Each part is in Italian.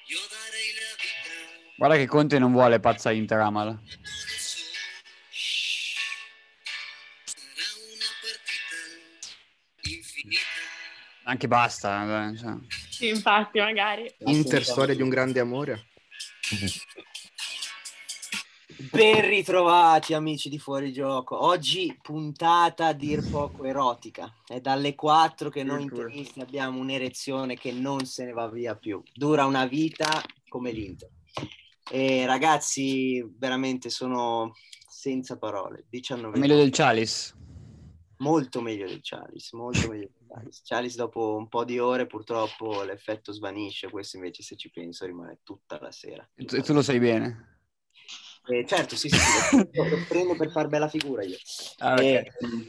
Guarda che Conte non vuole pazza Inter, amala. Anche basta. Cioè. Sì, infatti, magari. Inter, storia di un grande amore. Ben ritrovati amici di Fuorigioco. Oggi puntata a dir poco erotica. È dalle 4 che noi interisti abbiamo un'erezione che non se ne va via più. Dura una vita come l'Inter. E ragazzi, veramente sono senza parole. 19 Meglio del Chalice. Molto meglio del Chalice, molto meglio del Chalice. Chalice dopo un po' di ore purtroppo l'effetto svanisce, questo invece se ci penso rimane tutta la sera. E tu lo sai bene. Certo, sì, lo prendo per far bella figura io. Okay.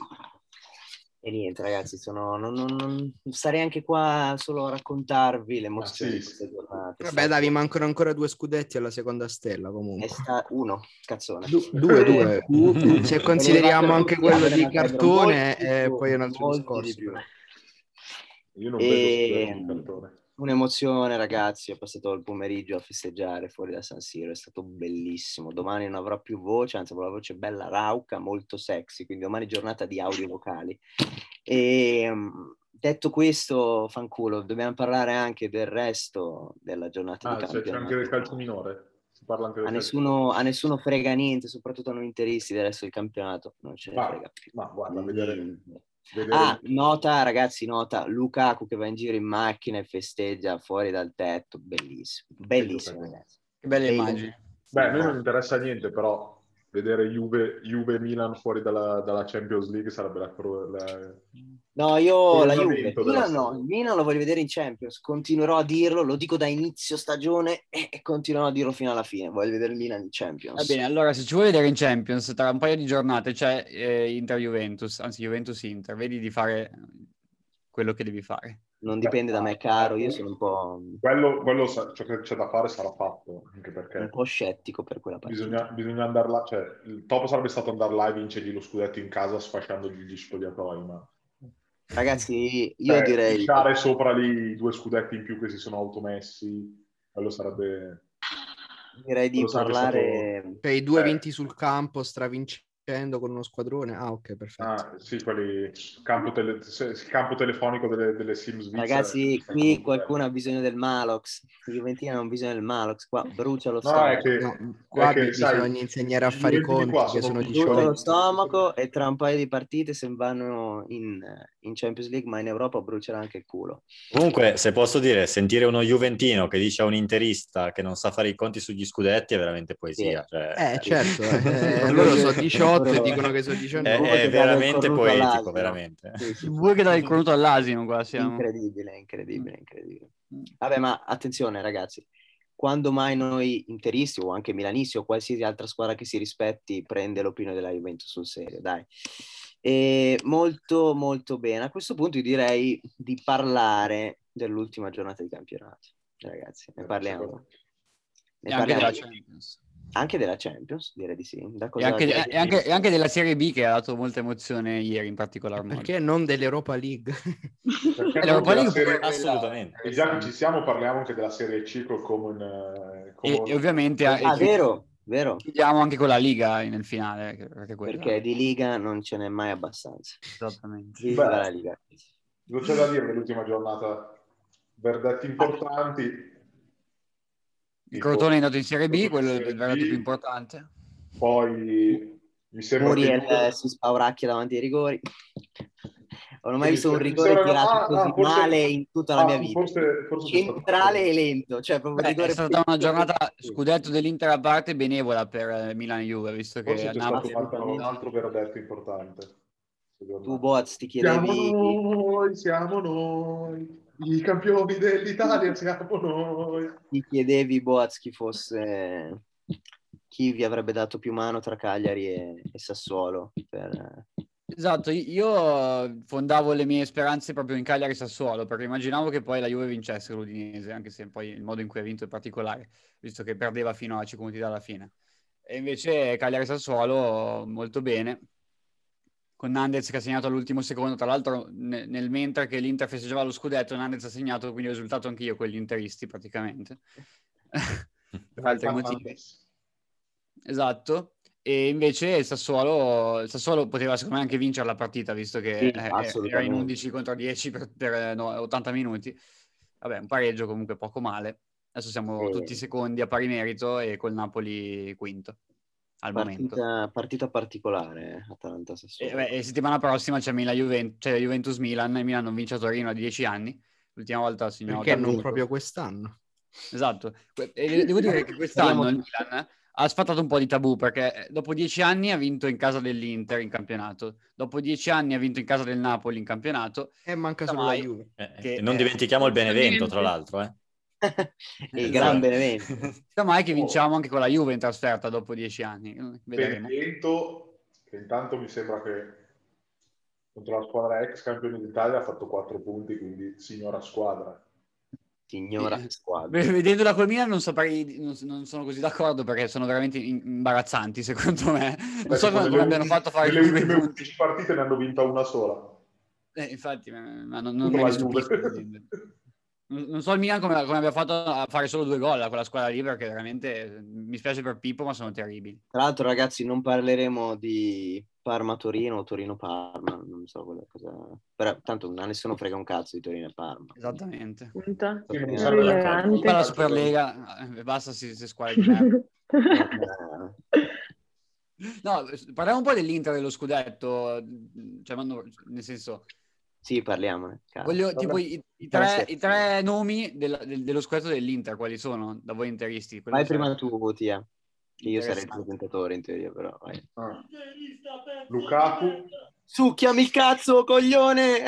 E niente ragazzi, non starei anche qua solo a raccontarvi le emozioni di queste giornate. Vabbè dai, vi mancano ancora 2 scudetti alla seconda stella comunque. Uno, cazzone. Due. Se consideriamo anche quello di cartone e poi è un altro discorso. Io non vedo scudetti di cartone. Un'emozione ragazzi, ho passato il pomeriggio a festeggiare fuori da San Siro, è stato bellissimo. Domani non avrò più voce, anzi avrò la voce bella rauca, molto sexy, quindi domani giornata di audio vocali. E detto questo, fanculo, dobbiamo parlare anche del resto della giornata di campionato. C'è anche del calcio minore? Si parla anche del a nessuno frega niente, soprattutto a noi interisti del resto del campionato, non ce ne frega più. Ma guarda, vedere... Nota Lukaku che va in giro in macchina e festeggia fuori dal tetto, bellissimo ragazzi. Che belle immagini. Beh, a noi non interessa niente, però vedere Juve Milan fuori dalla Champions League sarebbe No, io la Juve, il Milan lo voglio vedere in Champions, continuerò a dirlo, lo dico da inizio stagione e continuerò a dirlo fino alla fine, voglio vedere il Milan in Champions. Va bene, allora se ci vuoi vedere in Champions tra un paio di giornate c'è Inter-Juventus, anzi Juventus-Inter, vedi di fare quello che devi fare. Non dipende da me, caro, io sono un po'... Quello ciò che c'è da fare sarà fatto, anche perché... Un po' scettico per quella partita. Bisogna andare là, cioè il top sarebbe stato andare là e vincergli lo scudetto in casa sfasciandogli gli spogliatoi, ma... Ragazzi, io direi... Lasciare sopra lì i 2 scudetti in più che si sono automessi, quello sarebbe... Direi di parlare... Cioè i 2 vinti sul campo, stravincendo con uno squadrone. Ah, ok, perfetto. Sì, quelli il campo telefonico delle sim svizzere. Ragazzi, qui qualcuno ha bisogno del Malox. I Juventini hanno bisogno del Malox. Qua brucia lo stomaco. Qua bisogna insegnare a fare i conti, che sono 18. Brucia lo stomaco e tra un paio di partite, se vanno in Champions League, ma in Europa brucerà anche il culo. Comunque, se posso dire, sentire uno juventino che dice a un interista che non sa fare i conti sugli scudetti è veramente poesia. Sì. Cioè... certo. Loro sono 18 e dicono che sono 19. È veramente poetico, veramente. Sì. Vuoi che dai il cornuto all'asino qua siamo? Incredibile. Vabbè, ma attenzione ragazzi, quando mai noi interisti o anche milanisti o qualsiasi altra squadra che si rispetti prende l'opinione della Juventus sul serio, dai. E molto molto bene. A questo punto io direi di parlare dell'ultima giornata di campionato, ragazzi, ne parliamo. Anche della Champions, direi di sì. E anche della Serie B che ha dato molta emozione ieri in particolar modo. Perché non dell'Europa League? L'Europa League assolutamente. E già che ci siamo parliamo anche della Serie C e ovviamente vero. chiudiamo anche con la Liga nel finale perché di Liga non ce n'è mai abbastanza. Esattamente. Viva la Liga. Cosa c'è da dire dell'ultima giornata? Verdetti importanti. Il Crotone è andato in Serie B, quello è il verdetto più importante. Poi mi sembra Muriel si spauracchia davanti ai rigori. Non ho mai visto un rigore tirato così male in tutta la mia vita. Forse centrale e lento. Cioè, è stata una giornata scudetto dell'Inter a parte benevola per Milan e Juve, visto che c'è stato un altro verdetto importante. Tu Boaz ti chiedevi... Siamo noi. I campioni dell'Italia siamo noi. Ti chiedevi, Boaz, chi vi avrebbe dato più mano tra Cagliari e Sassuolo? Esatto, io fondavo le mie speranze proprio in Cagliari e Sassuolo, perché immaginavo che poi la Juve vincesse l'Udinese, anche se poi il modo in cui ha vinto è particolare, visto che perdeva fino a 5 minuti dalla fine. E invece Cagliari e Sassuolo molto bene, con Nandez che ha segnato all'ultimo secondo, tra l'altro nel mentre che l'Inter festeggiava lo scudetto, Nandez ha segnato, quindi ho risultato anche io con gli interisti praticamente. per altri motivi. Esatto. E invece il Sassuolo poteva secondo me anche vincere la partita, visto che era in 11 contro 10 per 80 minuti. Vabbè, un pareggio comunque poco male. Adesso siamo tutti secondi a pari merito e col Napoli quinto al momento. Partita particolare, Atalanta-Sassuolo. E settimana prossima c'è Juventus-Milan, e Milan non vince a Torino da 10 anni. L'ultima volta perché non proprio quest'anno? Esatto. E devo dire che quest'anno il Milan ha sfatato un po' di tabù, perché dopo 10 anni ha vinto in casa dell'Inter in campionato, dopo 10 anni ha vinto in casa del Napoli in campionato, e manca solo la Juve. Non dimentichiamo il Benevento, tra l'altro. Il gran Benevento. Mai che vinciamo anche con la Juve in trasferta dopo 10 anni. Vedremo. Benevento, che intanto mi sembra che contro la squadra ex campione d'Italia ha fatto 4 punti, quindi signora squadra. Vedendola col Milan non saprei, non sono così d'accordo, perché sono veramente imbarazzanti secondo me. Non so come abbiano fatto a fare le ultime 11 partite ne hanno vinta una sola. Infatti, ma non mi stupisco. Non so il Milan come abbia fatto a fare solo 2 gol a quella squadra lì, perché veramente mi spiace per Pippo, ma sono terribili. Tra l'altro, ragazzi, non parleremo di Parma-Torino o Torino-Parma, non so cosa. Però tanto a nessuno frega un cazzo di Torino e Parma. Esattamente. Punta. La Superlega, basta se squadre di merda. No, parliamo un po' dell'Inter dello scudetto, cioè, nel senso... Sì, parliamone. Voglio tipo i tre nomi dello scudetto dell'Inter, quali sono da voi interisti? Vai prima tu, Tia. Io sarei il presentatore in teoria, però vai. Lukaku. Succhiami il cazzo, coglione!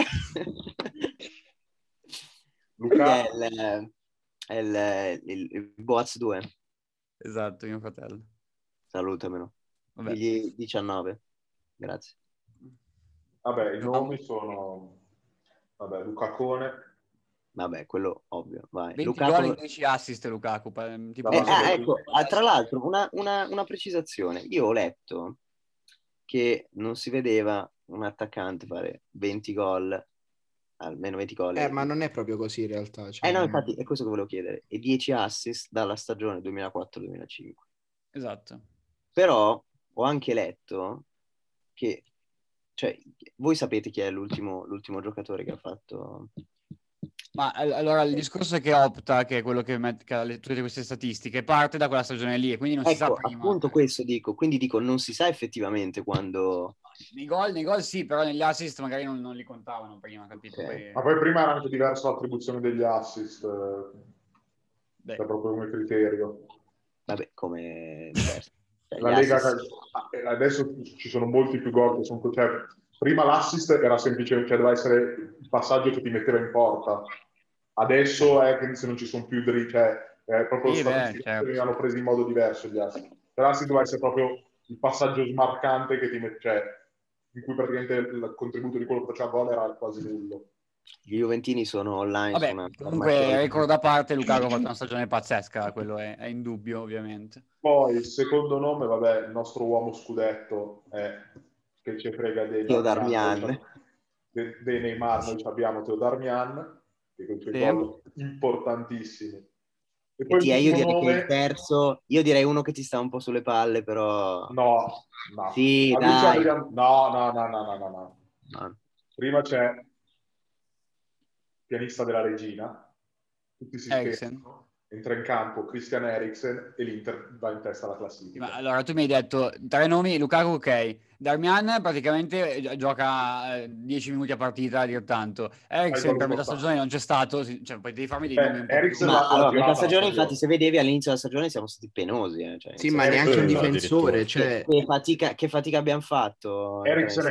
Lukaku. È il Boaz 2. Esatto, mio fratello. Salutamelo. Digli 19. Grazie. Vabbè, i nomi sono... Lukakone. Vabbè, quello ovvio, vai. 20 gol e 10 assist Lukaku. Ecco, tra l'altro, una precisazione. Io ho letto che non si vedeva un attaccante fare 20 gol, almeno 20 gol. Ma non è proprio così in realtà. Cioè... no, infatti, è questo che volevo chiedere. E 10 assist dalla stagione 2004-2005. Esatto. Però ho anche letto che... Cioè, voi sapete chi è l'ultimo giocatore che ha fatto... Ma allora il discorso è che Opta, che è quello che ha tutte queste statistiche, parte da quella stagione lì e quindi non si sa prima. Appunto questo dico, quindi dico non si sa effettivamente quando... Nei gol sì, però negli assist magari non li contavano prima, capito? Okay. Ma poi prima era anche diversa l'attribuzione degli assist, è proprio come criterio. Vabbè, come diverso. La Lega adesso ci sono molti più gol che sono, cioè, prima l'assist era semplice, cioè doveva essere il passaggio che ti metteva in porta, adesso è che se non ci sono più cioè è proprio certo. Li hanno presi in modo diverso gli assist. L'assist doveva essere proprio il passaggio smarcante che ti mette, cioè in cui praticamente il contributo di quello che faceva gol era quasi nullo. Gli Juventini sono online. Vabbè, comunque record a parte, Lukaku ha fatto una stagione pazzesca, quello è indubbio ovviamente. Poi il secondo nome, vabbè, il nostro uomo scudetto è che ci frega dei Darmian. Dei Neymar, noi abbiamo Teo Darmian, che con i suoi gol importantissimi. E poi io direi che il terzo, io direi uno che ti sta un po' sulle palle, però... No. Sì, dai. No. Prima c'è pianista della regina, tutti si schierano, entra in campo Christian Eriksen e l'Inter va in testa alla classifica. Ma allora tu mi hai detto 3 nomi, Lukaku ok, Darmian praticamente gioca 10 minuti a partita a dir tanto, Eriksen per metà stagione non c'è stato, cioè poi devi farmi dei nomi un po' ma allora metà stagione infatti se vedevi all'inizio della stagione siamo stati penosi, cioè, sì, ma neanche un difensore, cioè... che fatica abbiamo fatto. Eriksen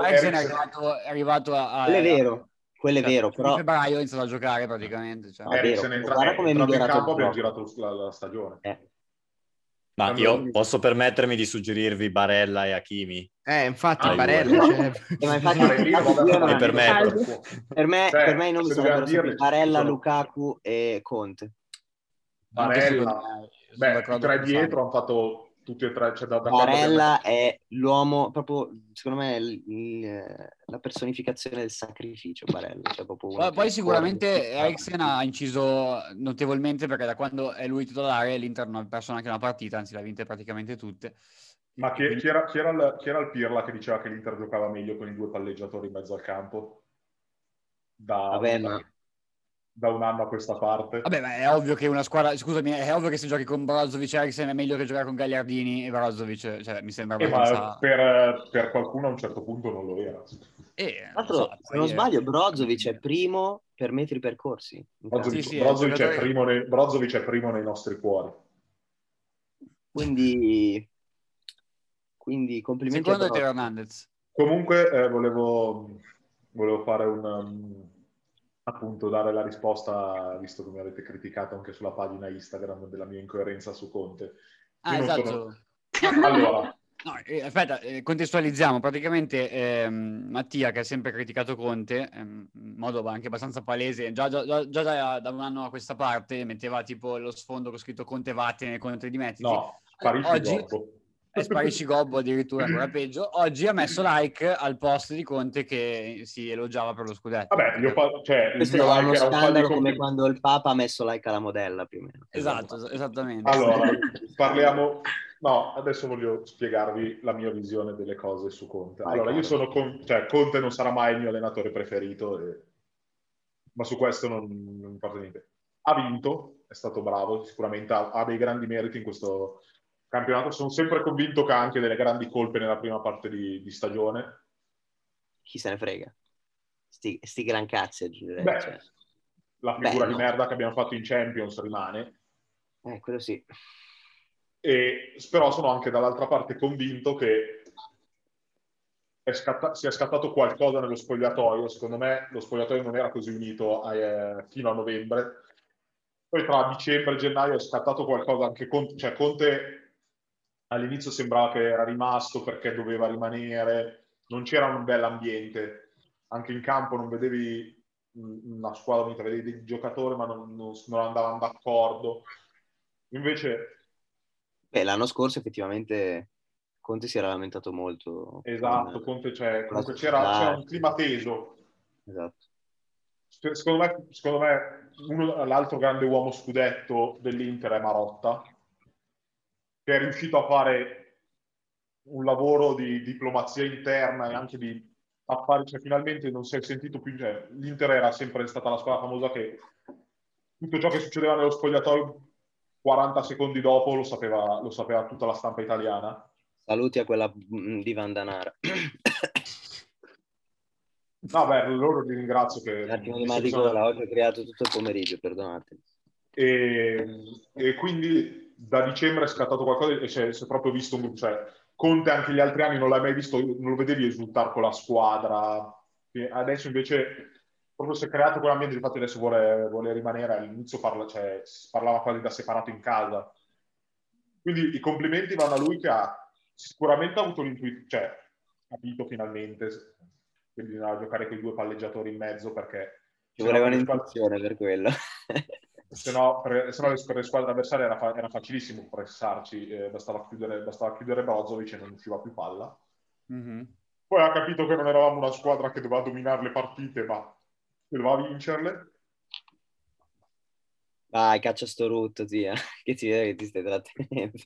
è arrivato a... Quello è vero, però... In febbraio ha iniziato a giocare praticamente. Cioè. Eriksen è entrato in campo, abbiamo girato la stagione. Ma io posso permettermi di suggerirvi Barella e Hakimi? Infatti Barella. Ma infatti, per me i nomi sarebbero sempre Barella, Lukaku e Conte. Barella. Beh, 3 dietro hanno fatto tutti e tre. Cioè, da Barella è l'uomo, proprio, secondo me, la personificazione del sacrificio, Barella. Cioè, proprio poi sicuramente Eriksen ha inciso notevolmente, perché da quando è lui titolare l'Inter non ha perso neanche una partita, anzi l'ha vinte praticamente tutte. Ma chi era il Pirla che diceva che l'Inter giocava meglio con i 2 palleggiatori in mezzo al campo? Da un anno a questa parte. Vabbè, ma è ovvio che una squadra, scusami, è ovvio che se giochi con Brozovic e Eriksen è meglio che giocare con Gagliardini e Brozovic, cioè mi sembra abbastanza... Ma per qualcuno a un certo punto non lo era. Non so, se non sbaglio, Brozovic è primo per metri percorsi. Brozovic è primo nei nostri cuori. Quindi complimenti secondo a Teo Hernandez. Comunque volevo fare appunto dare la risposta, visto che mi avete criticato anche sulla pagina Instagram della mia incoerenza su Conte. Esatto. Allora, no, aspetta, contestualizziamo. Praticamente Mattia, che ha sempre criticato Conte in modo anche abbastanza palese, già da un anno a questa parte metteva tipo lo sfondo con scritto Conte vattene, Conte dimettiti. No, sparisci Gobbo addirittura, ancora peggio. Oggi ha messo like al post di Conte che si elogiava per lo scudetto. Vabbè, questo è uno scandalo come quando il Papa ha messo like alla modella, più o meno. Esatto, esattamente. Allora, parliamo... No, adesso voglio spiegarvi la mia visione delle cose su Conte. Allora, io sono Conte non sarà mai il mio allenatore preferito, ma su questo non importa niente. Ha vinto, è stato bravo, sicuramente ha dei grandi meriti in questo campionato. Sono sempre convinto che ha anche delle grandi colpe nella prima parte di stagione. Chi se ne frega? Sti gran cazzi, aggiungerei. Beh, la figura di merda che abbiamo fatto in Champions rimane. Quello sì. Però sono anche dall'altra parte convinto che sia scattato qualcosa nello spogliatoio. Secondo me lo spogliatoio non era così unito fino a novembre. Poi tra dicembre e gennaio è scattato qualcosa anche Conte all'inizio sembrava che era rimasto perché doveva rimanere, non c'era un bell'ambiente, anche in campo non vedevi una squadra unita, vedevi dei giocatori ma non andavano d'accordo. Invece l'anno scorso effettivamente Conte si era lamentato molto. Esatto, Conte comunque c'era un clima teso. Esatto. Secondo me l'altro grande uomo scudetto dell'Inter è Marotta, che è riuscito a fare un lavoro di diplomazia interna e anche di affari, finalmente non si è sentito più, l'Inter era sempre stata la squadra famosa che tutto ciò che succedeva nello spogliatoio 40 secondi dopo lo sapeva tutta la stampa italiana. Saluti a quella di Vandanara. No, beh, loro li ringrazio che... Un attimo di Maricola, oggi ho creato tutto il pomeriggio, perdonate. E quindi da dicembre è scattato qualcosa e si è proprio visto, Conte anche gli altri anni non l'hai mai visto, non lo vedevi esultare con la squadra. E adesso invece proprio si è creato quell'ambiente, infatti adesso vuole rimanere, all'inizio si parlava quasi da separato in casa. Quindi i complimenti vanno a lui che ha sicuramente avuto l'intuizione, ha capito finalmente che bisognava giocare con i 2 palleggiatori in mezzo perché... Ci voleva un'intuizione per quello. Se no per le squadre avversarie era facilissimo pressarci, bastava chiudere Brozovic e non usciva più palla. Mm-hmm. Poi ha capito che non eravamo una squadra che doveva dominare le partite, ma che doveva vincerle. Vai, caccia sto rutto, zia, che ti vede che ti stai trattenendo.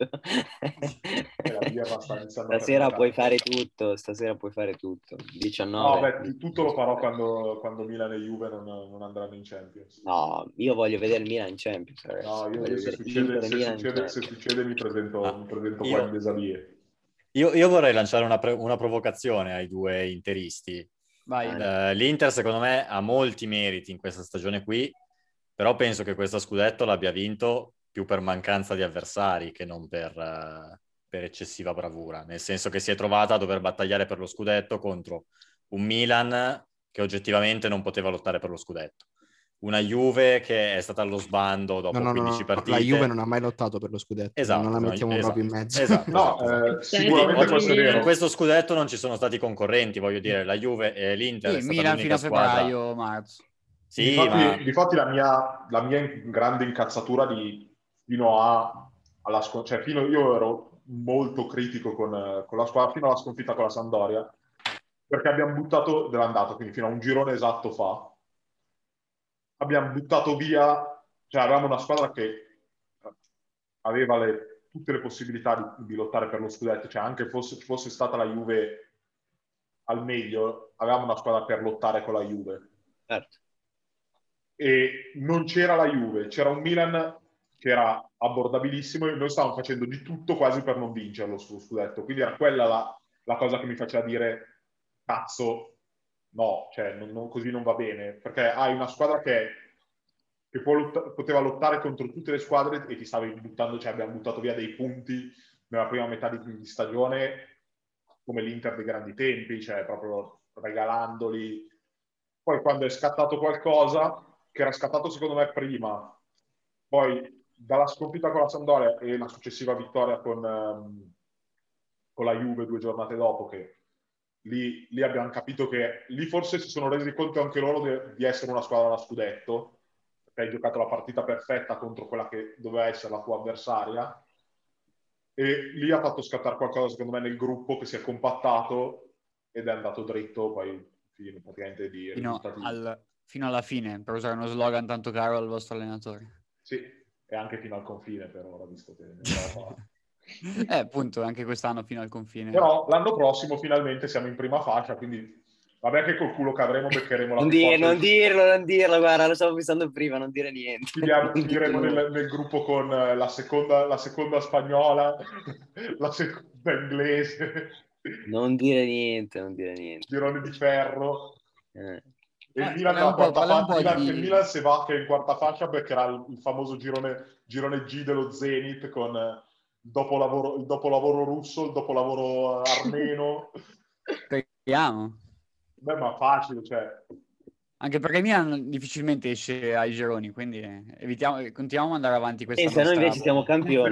Stasera puoi fare tutto, 19. No, beh, tutto lo farò quando Milan e Juve non andranno in Champions. No, io voglio vedere il Milan in Champions, ragazzi. No, io se succede mi presento qua in Desavie. Io vorrei lanciare una provocazione ai 2 interisti. Vai. L'Inter secondo me ha molti meriti in questa stagione qui, però penso che questo scudetto l'abbia vinto più per mancanza di avversari che non per eccessiva bravura, nel senso che si è trovata a dover battagliare per lo scudetto contro un Milan che oggettivamente non poteva lottare per lo scudetto, una Juve che è stata allo sbando dopo 15 partite. La Juve non ha mai lottato per lo scudetto, esatto, non la mettiamo proprio in mezzo. Esatto. Sicuramente questo è vero. In questo scudetto non ci sono stati concorrenti, voglio dire, la Juve e l'Inter è stata Milan l'unica fino a squadra... febbraio, marzo. Sì, difatti la mia grande incazzatura fino alla io ero molto critico con la squadra fino alla sconfitta con la Sampdoria, perché abbiamo buttato dell'andata, quindi fino a un girone esatto fa, abbiamo buttato via, cioè avevamo una squadra che aveva tutte le possibilità di lottare per lo scudetto, cioè anche fosse stata la Juve al meglio, avevamo una squadra per lottare con la Juve. Certo. E non c'era la Juve, c'era un Milan che era abbordabilissimo e noi stavamo facendo di tutto quasi per non vincerlo sullo scudetto, quindi era quella la cosa che mi faceva dire cazzo, no, cioè così non va bene, perché hai una squadra che poteva lottare contro tutte le squadre e ti stavi buttando, cioè abbiamo buttato via dei punti nella prima metà di stagione come l'Inter dei grandi tempi, cioè proprio regalandoli. Poi quando è scattato qualcosa, che era scattato secondo me prima, poi dalla sconfitta con la Sampdoria e la successiva vittoria con la Juve 2 giornate dopo, che lì abbiamo capito che lì forse si sono resi conto anche loro di essere una squadra da scudetto, perché hai giocato la partita perfetta contro quella che doveva essere la tua avversaria, e lì ha fatto scattare qualcosa secondo me nel gruppo che si è compattato ed è andato dritto poi praticamente di risultati. Fino alla fine, per usare uno slogan tanto caro al vostro allenatore. Sì, e anche fino al confine per ora, visto che appunto, anche quest'anno fino al confine. Però l'anno prossimo finalmente siamo in prima fascia, quindi vabbè che col culo che avremo beccheremo la Non dirlo, guarda, lo stavo pensando prima, non dire niente. Finiremo nel gruppo con la seconda spagnola, la seconda inglese. Non dire niente. Girone di ferro. E il Milan di... Milan se va che è in quarta fascia beccherà il famoso girone G dello Zenit con il dopolavoro russo, il dopolavoro armeno. Speriamo. Beh, ma facile, cioè. Anche perché Milan difficilmente esce ai gironi, quindi continuiamo ad andare avanti questa noi invece siamo campioni.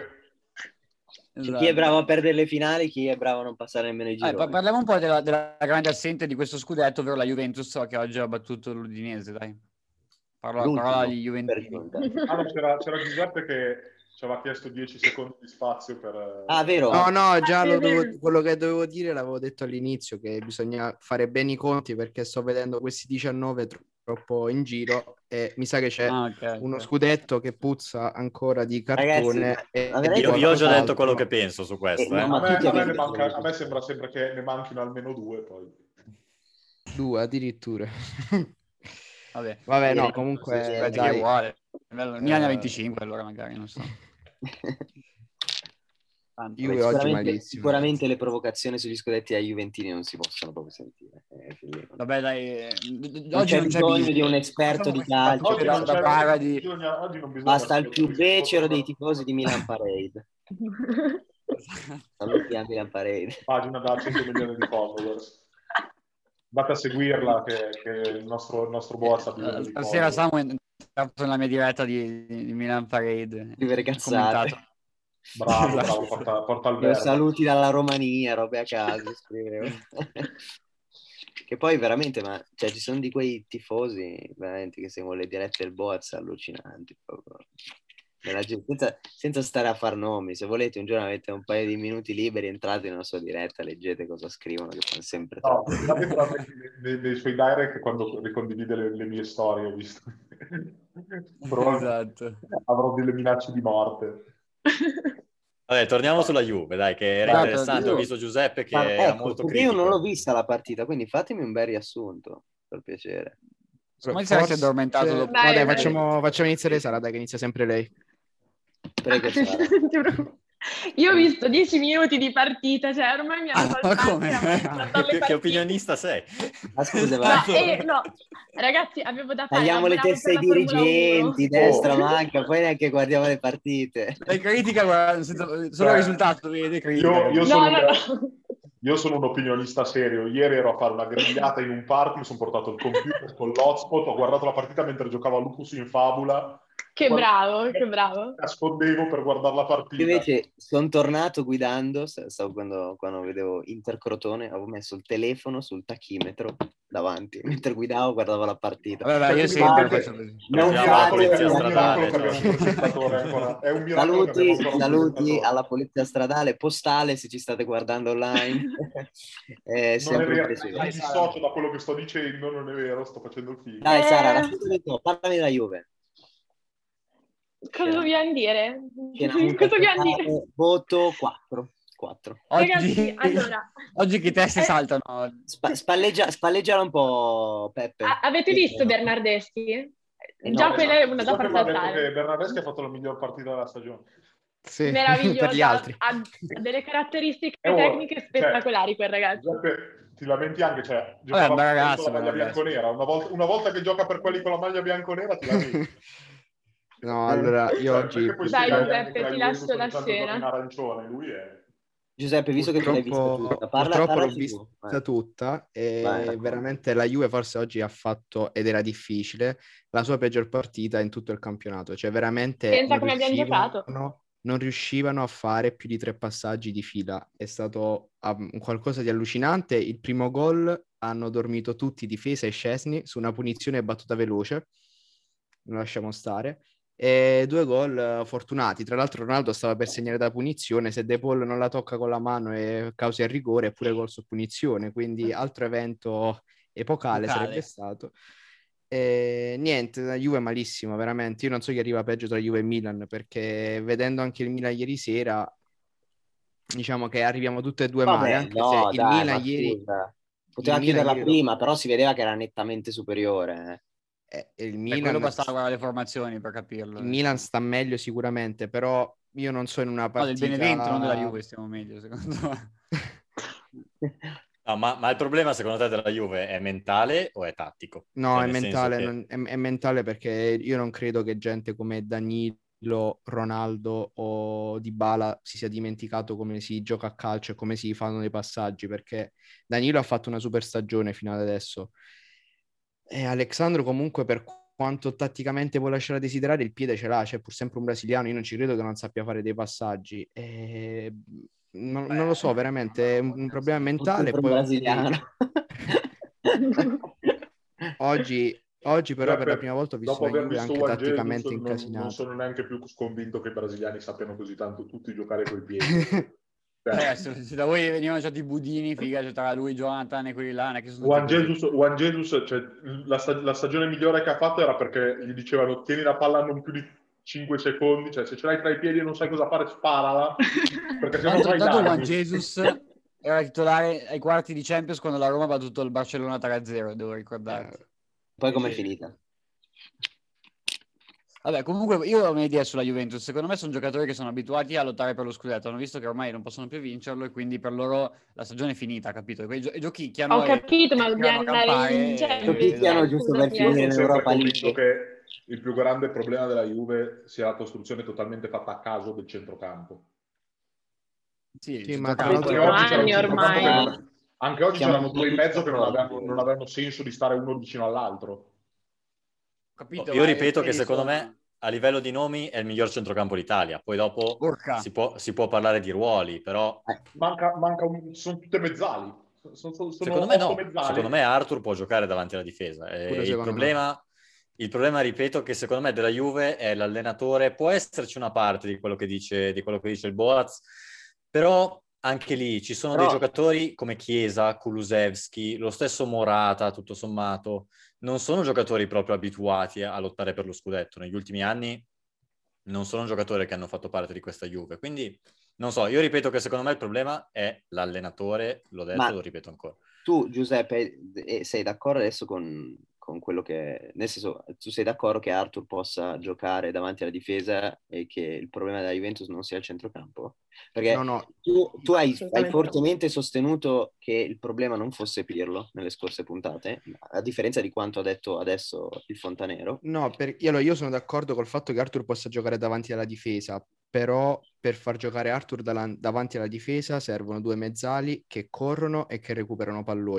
Esatto. Chi è bravo a perdere le finali, chi è bravo a non passare nemmeno i gironi. Parliamo un po' della grande assente di questo scudetto, ovvero la Juventus, che oggi ha battuto l'Udinese, dai. Parola agli Juventini. C'era Giuseppe che ci aveva chiesto 10 secondi di spazio per... vero? No, già quello che dovevo dire l'avevo detto all'inizio, che bisogna fare bene i conti, perché sto vedendo questi 19 troppo in giro e mi sa che c'è uno scudetto che puzza ancora di cartone. Ragazzi, io ho già detto quello che penso su questo. A me sembra sempre che ne manchino almeno 2 poi. 2 addirittura. Vabbè, no, comunque dai. Che vuole. Milan 25, allora magari, non so. Io oggi malissimo. Sicuramente le provocazioni sugli scudetti ai Juventini non si possono proprio sentire. Vabbè, dai. Oggi non c'è bisogno di un esperto di calcio. Oggi non basta il più becero dei tifosi di Milan Parade. Saluti a Milan Parade. Pagina da 100 milioni di followers. Andate a seguirla che il nostro boss ha bisogno di stasera Samu è entrato nella mia diretta di Milan Parade. Scrivere cazzate. Bravo, porta il verbo. Saluti dalla Romania, robe a caso, scrivevo. Che poi veramente, ci sono di quei tifosi veramente che seguono le dirette del boss allucinanti proprio. Senza stare a far nomi, se volete un giorno avete un paio di minuti liberi, entrate nella sua diretta, leggete cosa scrivono, che fanno sempre troppo. Nei suoi direct quando ricondivide le mie storie, ho visto. Esatto. Avrò delle minacce di morte. Vabbè, torniamo sulla Juve, dai, che era interessante. Ho visto Giuseppe che era molto critico. Io non l'ho vista la partita, quindi fatemi un bel riassunto, per piacere. Come si è addormentato dopo? Dai, facciamo iniziare Sara, dai, che inizia sempre lei. Prego, Sara. Io ho visto 10 minuti di partita, cioè ormai mi hanno fatto che opinionista sei? Scusa, no, ragazzi, avevo da fare. Tagliamo le teste ai dirigenti, destra manca, poi neanche guardiamo le partite. Le critica, guarda, solo il risultato, vede critica. Io sono un opinionista serio. Ieri ero a fare una grigliata in un parco, mi sono portato il computer con l'hotspot, ho guardato la partita mentre giocava Lupus in Fabula Che bravo, che bravo. Nascondevo per guardare la partita. Invece sono tornato guidando, quando vedevo Inter-Crotone, avevo messo il telefono sul tachimetro davanti, mentre guidavo guardavo la partita. Vabbè, io sempre faccio così. Non la fate polizia È un stradale. miracolo che abbiamo un presentatore ancora. È un miracolo che abbiamo ancora un Saluti presentatore. alla polizia stradale, postale, se ci state guardando online. Non è sempre un vero, piacere. mi dissocio da quello che sto dicendo, non è vero, sto facendo il figo. Dai Sara, parlami della Juve. Cosa dobbiamo dire? Piena Cosa dobbiamo dire? Voto 4. Ragazzi, allora... Oggi che teste saltano. Spalleggiala un po', Peppe. Avete visto Bernardeschi? No, Già quella è una da Giuseppe far mi ha detto saltare. che Bernardeschi ha fatto la miglior partita della stagione. Sì, Meravigliosa, per gli altri. ha delle caratteristiche ora, tecniche spettacolari quel ragazzo. Giuseppe, ti lamenti anche, cioè, Vabbè, giocava bel ragazzo, con la maglia bel ragazzo. bianconera. Una volta che gioca per quelli con la maglia bianconera ti lamenti. No, allora io oggi perché poi Dai, spiegare Giuseppe, anche che la ti Juventus lascio la ogni tanto gioca in scena. arancione, lui è... Giuseppe, visto che tu l'hai vista tutta, purtroppo l'ho parlaci vista tu. tutta e Vai, racconta. veramente la Juve forse oggi ha fatto, ed era difficile, la sua peggior partita in tutto il campionato. Cioè veramente Pensa come abbiamo giocato. non riuscivano a fare più di 3 passaggi di fila. È stato qualcosa di allucinante. Il primo gol hanno dormito tutti, difesa e Szczęsny, su una punizione battuta veloce. Non lasciamo stare. E 2 gol fortunati. Tra l'altro Ronaldo stava per segnare da punizione, se De Paul non la tocca con la mano e causa il rigore, è pure gol su punizione, quindi altro evento epocale sarebbe stato. E niente, la Juve è malissimo, veramente. Io non so chi arriva peggio tra Juve e Milan, perché vedendo anche il Milan ieri sera, diciamo che arriviamo tutte e due male, anche se il Milan ieri... Poteva chiuderla prima, però si vedeva che era nettamente superiore. Il Milan, quello bastava guardare le formazioni per capirlo. Il Milan sta meglio sicuramente, però io non so in una partita... del Benevento, non della Juve, stiamo meglio, secondo me. No, ma il problema secondo te della Juve è mentale o è tattico? No, cioè, è mentale, che... è mentale, perché io non credo che gente come Danilo, Ronaldo o Dybala si sia dimenticato come si gioca a calcio e come si fanno i passaggi, perché Danilo ha fatto una super stagione fino ad adesso. E Alexandro comunque, per quanto tatticamente può lasciare a desiderare, il piede ce l'ha, c'è pur sempre un brasiliano, io non ci credo che non sappia fare dei passaggi. Non lo so, veramente, è un problema mentale. Poi oggi però per la prima volta ho visto dopo una aver Juve visto anche Juan tatticamente Jesus, incasinata. non sono neanche più convinto che i brasiliani sappiano così tanto tutti giocare coi piedi. Se da voi venivano già i budini, figa, c'è tra lui, Jonathan e quelli là. Juan Jesus, cioè, la stagione migliore che ha fatto era perché gli dicevano tieni la palla non più di 5 secondi, cioè se ce l'hai tra i piedi e non sai cosa fare, sparala, perché se no vai tanto dardi. Juan Jesus era titolare ai quarti di Champions quando la Roma ha battuto il Barcellona 3-0, devo ricordarti. Poi com'è finita? Vabbè, comunque io ho un'idea sulla Juventus. Secondo me sono giocatori che sono abituati a lottare per lo scudetto. Hanno visto che ormai non possono più vincerlo e quindi per loro la stagione è finita, capito? Quei giochicchiano. Ho capito, ma dobbiamo andare in Giochicchiano giusto per finire in Europa League. Che il più grande problema della Juve sia la costruzione totalmente fatta a caso del centrocampo. Sì, ma anche oggi c'erano 2 in mezzo che non avevano senso di stare uno vicino all'altro. Capito, io ripeto che secondo me a livello di nomi è il miglior centrocampo d'Italia, poi dopo si può parlare di ruoli, però sono tutte mezzali. Secondo me no, mezzali. Secondo me Arthur può giocare davanti alla difesa. Il problema, ripeto, che secondo me della Juve è l'allenatore. Può esserci una parte di quello che dice il Boaz, però anche lì ci sono dei giocatori come Chiesa, Kulusevski, lo stesso Morata, tutto sommato, non sono giocatori proprio abituati a lottare per lo scudetto. Negli ultimi anni non sono giocatori che hanno fatto parte di questa Juve, quindi non so, io ripeto che secondo me il problema è l'allenatore, l'ho detto, lo ripeto ancora. Tu, Giuseppe, sei d'accordo adesso con quello che... Nel senso, tu sei d'accordo che Arthur possa giocare davanti alla difesa e che il problema della Juventus non sia il centrocampo? Perché tu hai fortemente sostenuto che il problema non fosse Pirlo nelle scorse puntate, a differenza di quanto ha detto adesso il Fontanero. No, io sono d'accordo col fatto che Arthur possa giocare davanti alla difesa, però per far giocare Arthur davanti alla difesa servono 2 mezzali che corrono e che recuperano palloni,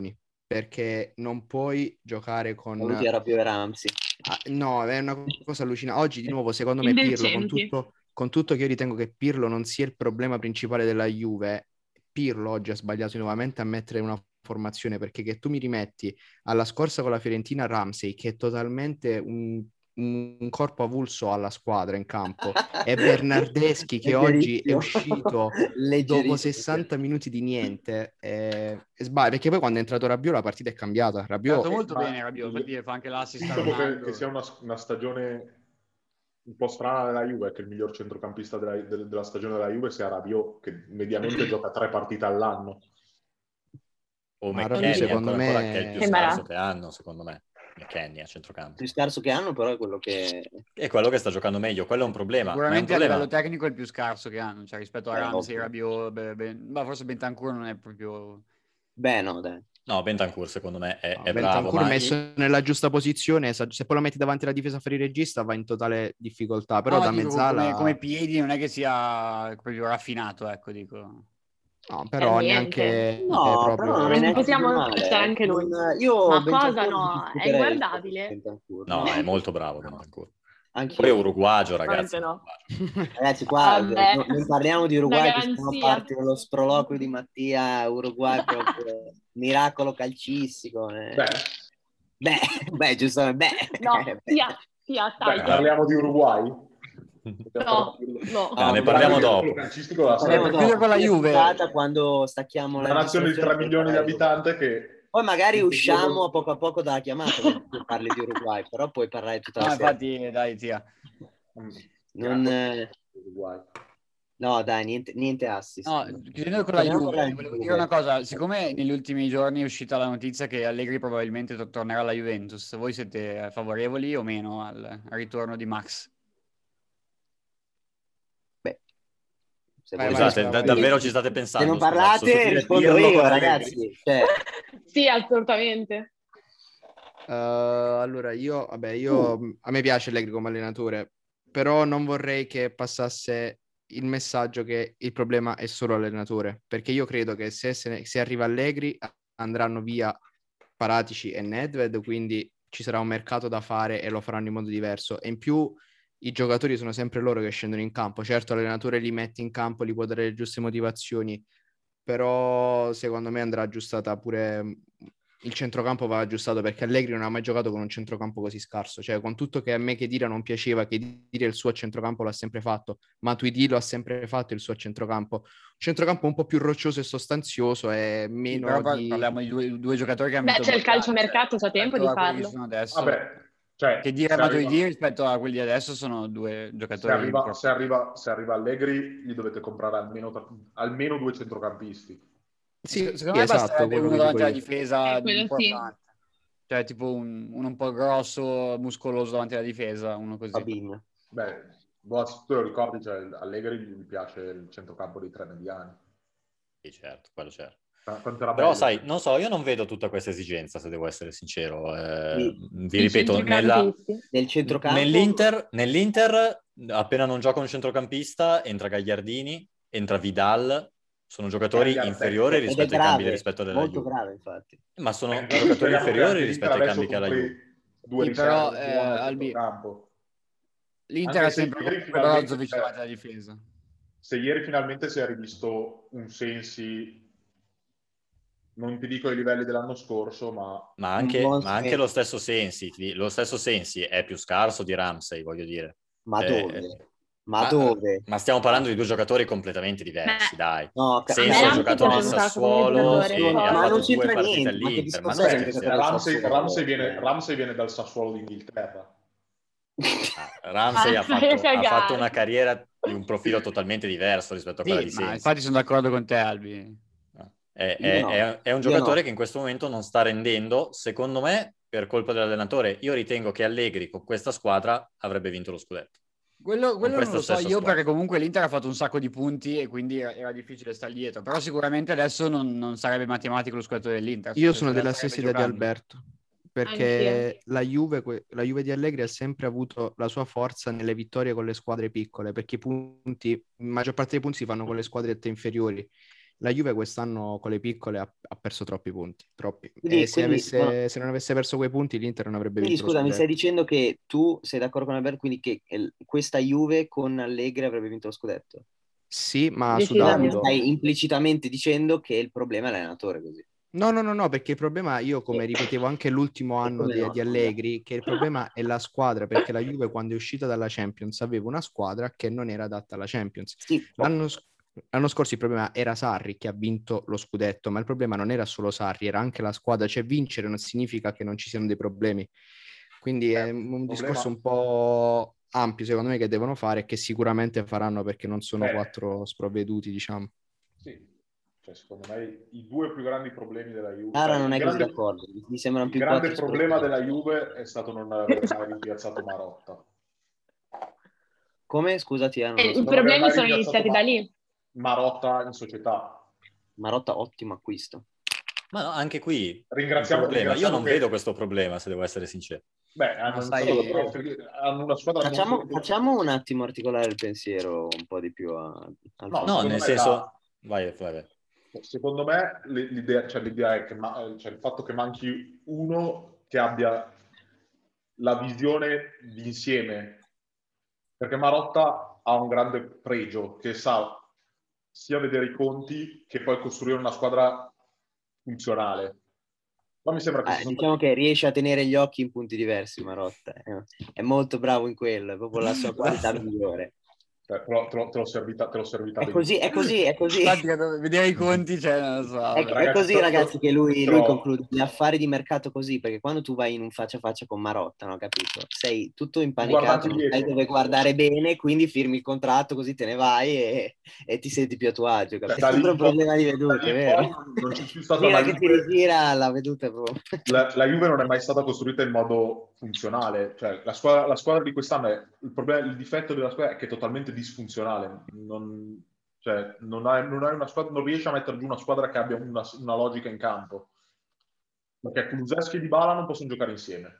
perché non puoi giocare con... Saluti a Rabiot e Ramsey. No, è una cosa allucinante. Oggi di nuovo, secondo me, Pirlo, con tutto che io ritengo che Pirlo non sia il problema principale della Juve, Pirlo oggi ha sbagliato nuovamente a mettere una formazione, perché che tu mi rimetti alla scorsa con la Fiorentina Ramsey, che è totalmente un corpo avulso alla squadra in campo, e Bernardeschi che oggi è uscito dopo 60 minuti di niente, e sbaglia, perché poi quando è entrato Rabiot la partita è cambiata. Rabiot molto bene Rabiot, infatti fa anche l'assist a Dopo Ronaldo. che sia una stagione un po' strana della Juve, che il miglior centrocampista della stagione della Juve sia Rabiot, che mediamente gioca 3 partite all'anno. O Ma McKennie, secondo me che è il più Che scarso che hanno, secondo me. McKennie a centrocampo. Il più scarso che hanno, però, è quello che... È quello che sta giocando meglio, quello è un problema. Sicuramente ma è un a problema. livello tecnico è il più scarso che hanno, cioè rispetto a Ramsey, ovvio. Rabiot, ma forse Bentancur non è proprio... Beh, no, dai. No, Bentancur secondo me è bravo. Bentancur messo nella giusta posizione, se poi lo metti davanti alla difesa a fare il regista va in totale difficoltà, però da mezzala... come piedi non è che sia proprio raffinato, ecco, dico... No, però neanche no, però non è neanche possiamo male. aspettare anche lui. Io ma cosa no? È inguardabile. No, è molto bravo Bentancur. Anche poi è uruguagio, ragazzi. No. Ragazzi, qua non parliamo di Uruguay, che stiamo a parte dello sproloquio di Mattia. Uruguay proprio miracolo calcistico. Beh, giustamente. No, sia, parliamo di Uruguay? No. Ne parliamo dopo. Per chiudere con la Juve, quando stacchiamo una nazione di 3 milioni di abitanti che... Poi magari usciamo a poco dalla chiamata che parli di Uruguay, però puoi parlare tutta la sera. Infatti, dai, zia. No, dai, niente assist. No, chiudendo con la Juve, volevo dire una cosa. Siccome negli ultimi giorni è uscita la notizia che Allegri probabilmente tornerà alla Juventus, voi siete favorevoli o meno al ritorno di Max? Scusate, davvero ci state pensando? Se non parlate, rispondo io, ragazzi. Sì, assolutamente. Allora, a me piace Allegri come allenatore, però non vorrei che passasse il messaggio che il problema è solo l'allenatore, perché io credo che se arriva Allegri andranno via Paratici e Nedved, quindi ci sarà un mercato da fare e lo faranno in modo diverso, e in più i giocatori sono sempre loro che scendono in campo. Certo, l'allenatore li mette in campo, li può dare le giuste motivazioni, però secondo me andrà aggiustata pure il centrocampo, va aggiustato, perché Allegri non ha mai giocato con un centrocampo così scarso, cioè con tutto che a me Khedira non piaceva, Khedira il suo centrocampo l'ha sempre fatto, Matuidi lo ha sempre fatto il suo centrocampo, un centrocampo un po' più roccioso e sostanzioso e meno parliamo di due giocatori che hanno c'è il calciomercato, c'è tempo di farlo. Khedira e Matuidi rispetto a quelli di adesso sono due giocatori. Se arriva Allegri gli dovete comprare almeno 2 centrocampisti. Sì, secondo me basterebbe uno davanti alla difesa importante. Sì. Cioè tipo uno un po' grosso, muscoloso davanti alla difesa, uno così. Fabinho. Beh, tu lo ricordi, cioè, Allegri gli piace il centrocampo dei 3 mediani. Sì, certo, quello certo. Però sai, non so, io non vedo tutta questa esigenza, se devo essere sincero. Vi Il ripeto, nel centrocampo... nell'Inter, appena non gioca un centrocampista, entra Gagliardini, entra Vidal. Sono giocatori inferiori rispetto ai cambi rispetto della molto Juve. grave, infatti. Ma sono giocatori inferiori rispetto ai cambi che ha la Juve. Però l'Inter ha sempre Brozovic davanti alla difesa. Se ieri finalmente si è rivisto un Sensi, non ti dico ai livelli dell'anno scorso, ma anche lo stesso Sensi è più scarso di Ramsey, voglio dire. Ma dove? Ma dove? Ma stiamo parlando di due giocatori completamente diversi, dai. No, Sensi ha giocato nel Sassuolo e ha fatto 2 partite all'Inter. Ma non è che Ramsey viene dal Sassuolo d'Inghilterra. Ramsey ha fatto una carriera di un profilo totalmente diverso rispetto a quella di Sensi. Infatti sono d'accordo con te, Albi. È un giocatore che in questo momento non sta rendendo, secondo me, per colpa dell'allenatore. Io ritengo che Allegri con questa squadra avrebbe vinto lo scudetto. Quello non lo so io, perché comunque l'Inter ha fatto un sacco di punti e quindi era difficile stare dietro, però sicuramente adesso non sarebbe matematico lo scudetto dell'Inter. Io sono della stessa idea di Alberto, perché la Juve di Allegri ha sempre avuto la sua forza nelle vittorie con le squadre piccole, perché la maggior parte dei punti si fanno con le squadrette inferiori. la Juve quest'anno con le piccole ha perso troppi punti, troppi. Quindi, E se non avesse perso quei punti l'Inter non avrebbe quindi vinto scusa, lo mi stai scudetto. dicendo che tu sei d'accordo con Alberto, quindi che questa Juve con Allegri avrebbe vinto lo scudetto? Sì, ma Ma mi Decisamente. sudando. stai implicitamente dicendo che il problema è l'allenatore così. No, perché il problema, io come ripetevo anche l'ultimo anno come no, di scusa. Allegri, che il problema è la squadra, perché la Juve quando è uscita dalla Champions aveva una squadra che non era adatta alla Champions. Sì, L'anno scorso il problema era Sarri che ha vinto lo scudetto, ma il problema non era solo Sarri, era anche la squadra. Cioè vincere non significa che non ci siano dei problemi. Quindi è un discorso un po' ampio, secondo me, che devono fare e che sicuramente faranno perché non sono 4 sprovveduti, diciamo. Sì. Cioè, secondo me i 2 più grandi problemi della Juve... Sara non è così d'accordo, mi sembrano il più grande 4 problema della Juve è stato non aver mai rimpiazzato Marotta. Come? Scusati, non lo I so. problemi sono iniziati da lì. Marotta in società. Marotta, ottimo acquisto. Ma no, anche qui Ringraziamo io non che... vedo questo problema, se devo essere sincero. Beh, hanno una squadra... Facciamo un attimo articolare il pensiero un po' di più al No, nel senso... Vai. Secondo me l'idea è che il fatto che manchi uno che abbia la visione d'insieme, perché Marotta ha un grande pregio, che sa sia vedere i conti che poi costruire una squadra funzionale. Ma mi sembra che diciamo che riesce a tenere gli occhi in punti diversi Marotta, è molto bravo in quello, è proprio la sua qualità migliore. Te l'ho servita È così. Infatti, vedere i conti, cioè, non lo so. È così, ragazzi, che lui conclude gli affari di mercato così, perché quando tu vai in un faccia a faccia con Marotta, no, capito? Sei tutto impanicato, non sai dove guardare bene, quindi firmi il contratto, così te ne vai e ti senti più a tuo agio, capito? È sempre un problema di vedute, vero? Non c'è più stata Gira che ti rigira, la veduta è proprio... La Juve non è mai stata costruita in modo funzionale, cioè la squadra di quest'anno il difetto della squadra è che è totalmente disfunzionale, non hai una squadra, non riesce a mettere giù una squadra che abbia una logica in campo, perché Kulusevski e Dybala non possono giocare insieme.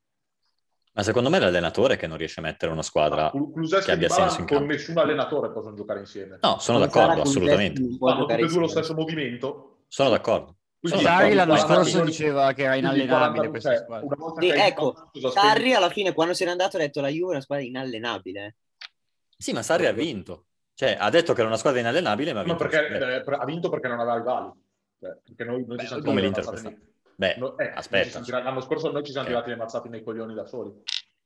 Ma secondo me è l'allenatore che non riesce a mettere una squadra che abbia senso in campo. Con nessun allenatore possono giocare insieme. No, sono d'accordo, assolutamente. Fanno tutti e due lo stesso movimento. Sono d'accordo. Sarri l'anno scorso diceva che era inallenabile questa squadra. Ecco, Sarri alla fine quando se n'è andato ha detto la Juve è una squadra inallenabile. Sì, ma Sarri ha vinto. Cioè, ha detto che era una squadra inallenabile, ma ha vinto. Ha vinto perché non aveva rivali. Perché noi ci siamo come l'Inter quest'anno. Aspetta. L'anno scorso noi ci siamo tirati le mazzate nei coglioni da soli.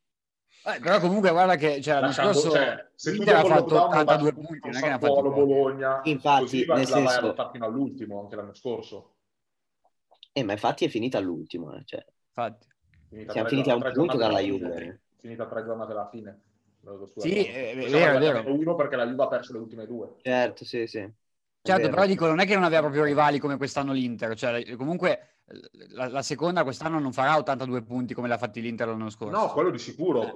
Però comunque guarda che l'anno scorso l'Inter ha fatto 82 punti, non è che ne ha fatti Bologna, infatti, così la vai a lottare fino all'ultimo anche l'anno scorso. Ma infatti è finita all'ultimo. Cioè. Infatti. Siamo finiti a un punto dalla Juve. Finita 3 giornate alla fine. Sì, è vero. Uno perché la Juve ha perso le ultime 2. Certo, sì. Certo, però dico, non è che non aveva proprio rivali come quest'anno l'Inter, cioè comunque la seconda quest'anno non farà 82 punti come l'ha fatti l'Inter l'anno scorso. No, quello di sicuro,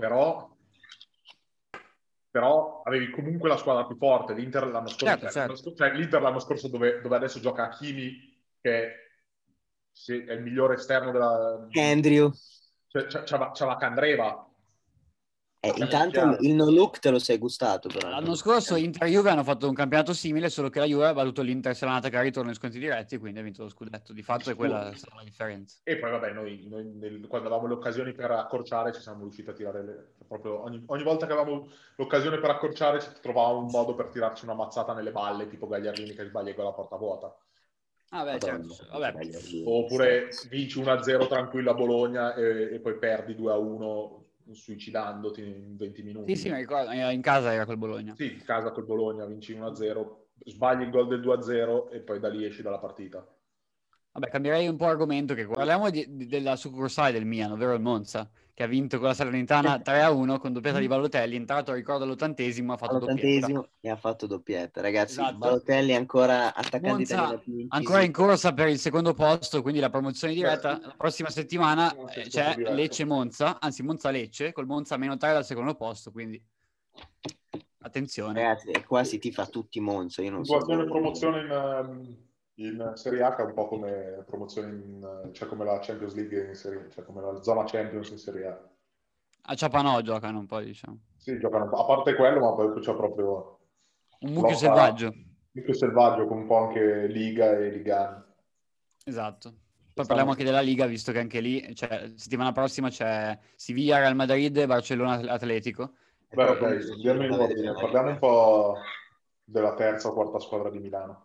però avevi comunque la squadra più forte. L'Inter l'anno scorso, certo. L'Inter l'anno scorso dove adesso gioca Hakimi, che è il migliore esterno della... Andrew. C'aveva Candreva. Intanto il no look te lo sei gustato però. L'anno scorso Inter e Juve hanno fatto un campionato simile, solo che la Juve ha battuto l'Inter se l'è andata che ha ritorno in sconti diretti, quindi ha vinto lo scudetto. Di fatto è quella la differenza. E poi vabbè, noi quando avevamo le occasioni per accorciare ci siamo riusciti a tirare proprio ogni volta che avevamo l'occasione per accorciare ci trovavamo un modo per tirarci una mazzata nelle balle, tipo Gagliardini che sbaglia con la porta vuota. Certo. Vabbè. Oppure vinci 1-0 tranquillo a Bologna e poi perdi 2-1 suicidandoti in 20 minuti. Sì, mi ricordo, in casa era col Bologna. Sì, in casa col Bologna, vinci 1-0, sbagli il gol del 2-0 e poi da lì esci dalla partita. Vabbè, cambierei un po' argomento, che parliamo della succursale del Milan, ovvero il Monza, che ha vinto con la Salernitana 3-1 con doppietta di Balotelli, entrato ricordo all'80esimo, ha fatto doppietta. E ha fatto doppietta, ragazzi. Esatto. Balotelli ancora attaccante italiano, ancora in corsa per il secondo posto, quindi la promozione diretta. La prossima settimana c'è Lecce-Monza, anzi Monza-Lecce, col Monza -3 dal secondo posto, quindi attenzione. Ragazzi, e qua si tifa tutti Monza, io non so. Promozione in Serie A è un po' come promozione cioè come la Champions League in Serie A, cioè come la zona Champions in Serie A. A Ciapanò giocano un po', diciamo. Sì, giocano, a parte quello, ma poi c'è proprio un mucchio selvaggio. Molto selvaggio, con un po' anche Liga e Ligan. Esatto. Poi parliamo anche della Liga, visto che anche lì, cioè, settimana prossima c'è Siviglia, Real Madrid e Barcellona Atletico. Beh, ok, andiamo in ordine. Parliamo un po' della terza o quarta squadra di Milano.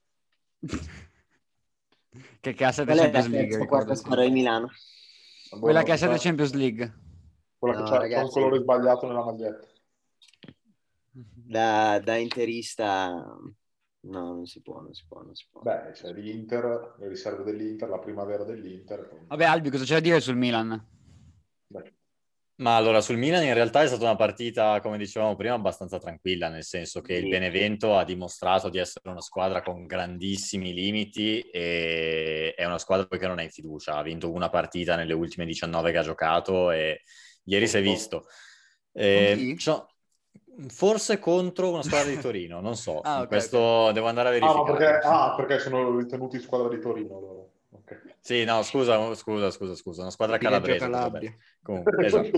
che ha 7 Champions League, ricordo. Quarta squadra di Milano. Quella che ha 7 Champions League. Quella che c'è un colore sbagliato nella maglietta. Da interista... No, non si può. Beh, c'è l'Inter, le riserve dell'Inter, la primavera dell'Inter. Vabbè, Albi, cosa c'è da dire sul Milan? Beh. Ma allora, sul Milan in realtà è stata una partita, come dicevamo prima, abbastanza tranquilla, nel senso che il Benevento ha dimostrato di essere una squadra con grandissimi limiti e è una squadra che non è in fiducia. Ha vinto una partita nelle ultime 19 che ha giocato e ieri si è visto. Forse contro una squadra di Torino, non so. Okay, questo devo andare a verificare. Perché sono ritenuti squadra di Torino loro. Okay. Sì, no, scusa, una squadra calabrese. Comunque, esatto.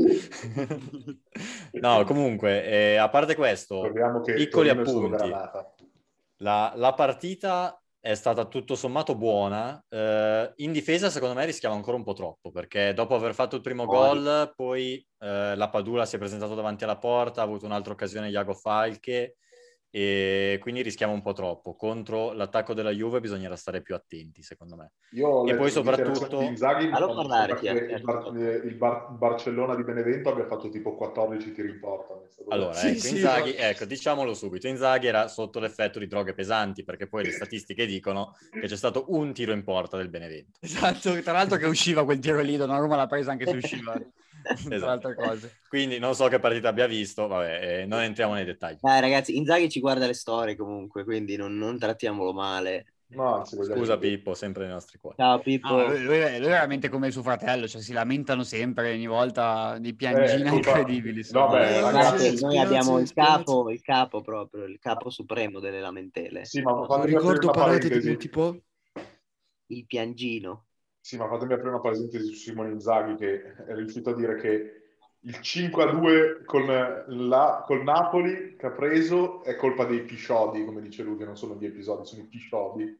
No, comunque, a parte questo, piccoli appunti. La partita è stata tutto sommato buona. In difesa, secondo me, rischiava ancora un po' troppo, perché dopo aver fatto il primo gol, poi la Padula si è presentato davanti alla porta, ha avuto un'altra occasione Iago Falche, e quindi rischiamo un po' troppo. Contro l'attacco della Juve bisognerà stare più attenti, secondo me. E poi soprattutto Inzaghi il Barcellona di Benevento abbia fatto tipo 14 tiri in porta. Allora, Inzaghi, diciamolo subito, Inzaghi era sotto l'effetto di droghe pesanti, perché poi le statistiche dicono che c'è stato un tiro in porta del Benevento. Esatto, tra l'altro che usciva quel tiro lì, Donnarumma l'ha presa anche se usciva. Esatto. Tra altre cose. Quindi non so che partita abbia visto, vabbè, non entriamo nei dettagli. Ragazzi, Inzaghi ci guarda le storie comunque, quindi non trattiamolo male. No, scusa Pippo, sempre nei nostri cuori. Ciao Pippo. No, lui è veramente come suo fratello, cioè si lamentano sempre, ogni volta di piangine incredibili. Ragazzi, noi abbiamo il capo proprio, il capo supremo delle lamentele. Sì, ma non ricordo parate di un tipo? Il piangino. Sì, ma fatemi aprire una parentesi su Simone Inzaghi, che è riuscito a dire che il 5-2 col Napoli che ha preso è colpa dei pisciodi, come dice lui, che non sono gli episodi, sono i pisciodi.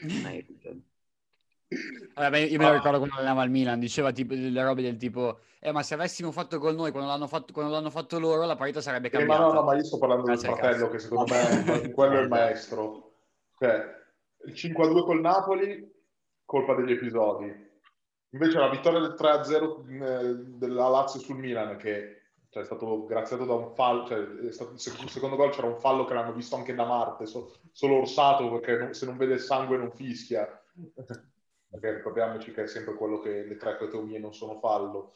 Vabbè, io me lo ricordo quando allenava al Milan, diceva tipo le robe del tipo ma se avessimo fatto gol noi quando l'hanno fatto loro la partita sarebbe cambiata. Ma io sto parlando del fratello, che secondo me quello è il maestro. Cioè, il 5-2 col Napoli, colpa degli episodi. Invece la vittoria del 3-0 della Lazio sul Milan, che è stato graziato da un fallo, cioè il secondo gol c'era un fallo che l'hanno visto anche da Marte, solo Orsato, perché se non vede il sangue non fischia. Perché ricordiamoci che è sempre quello che le tracheotomie non sono fallo.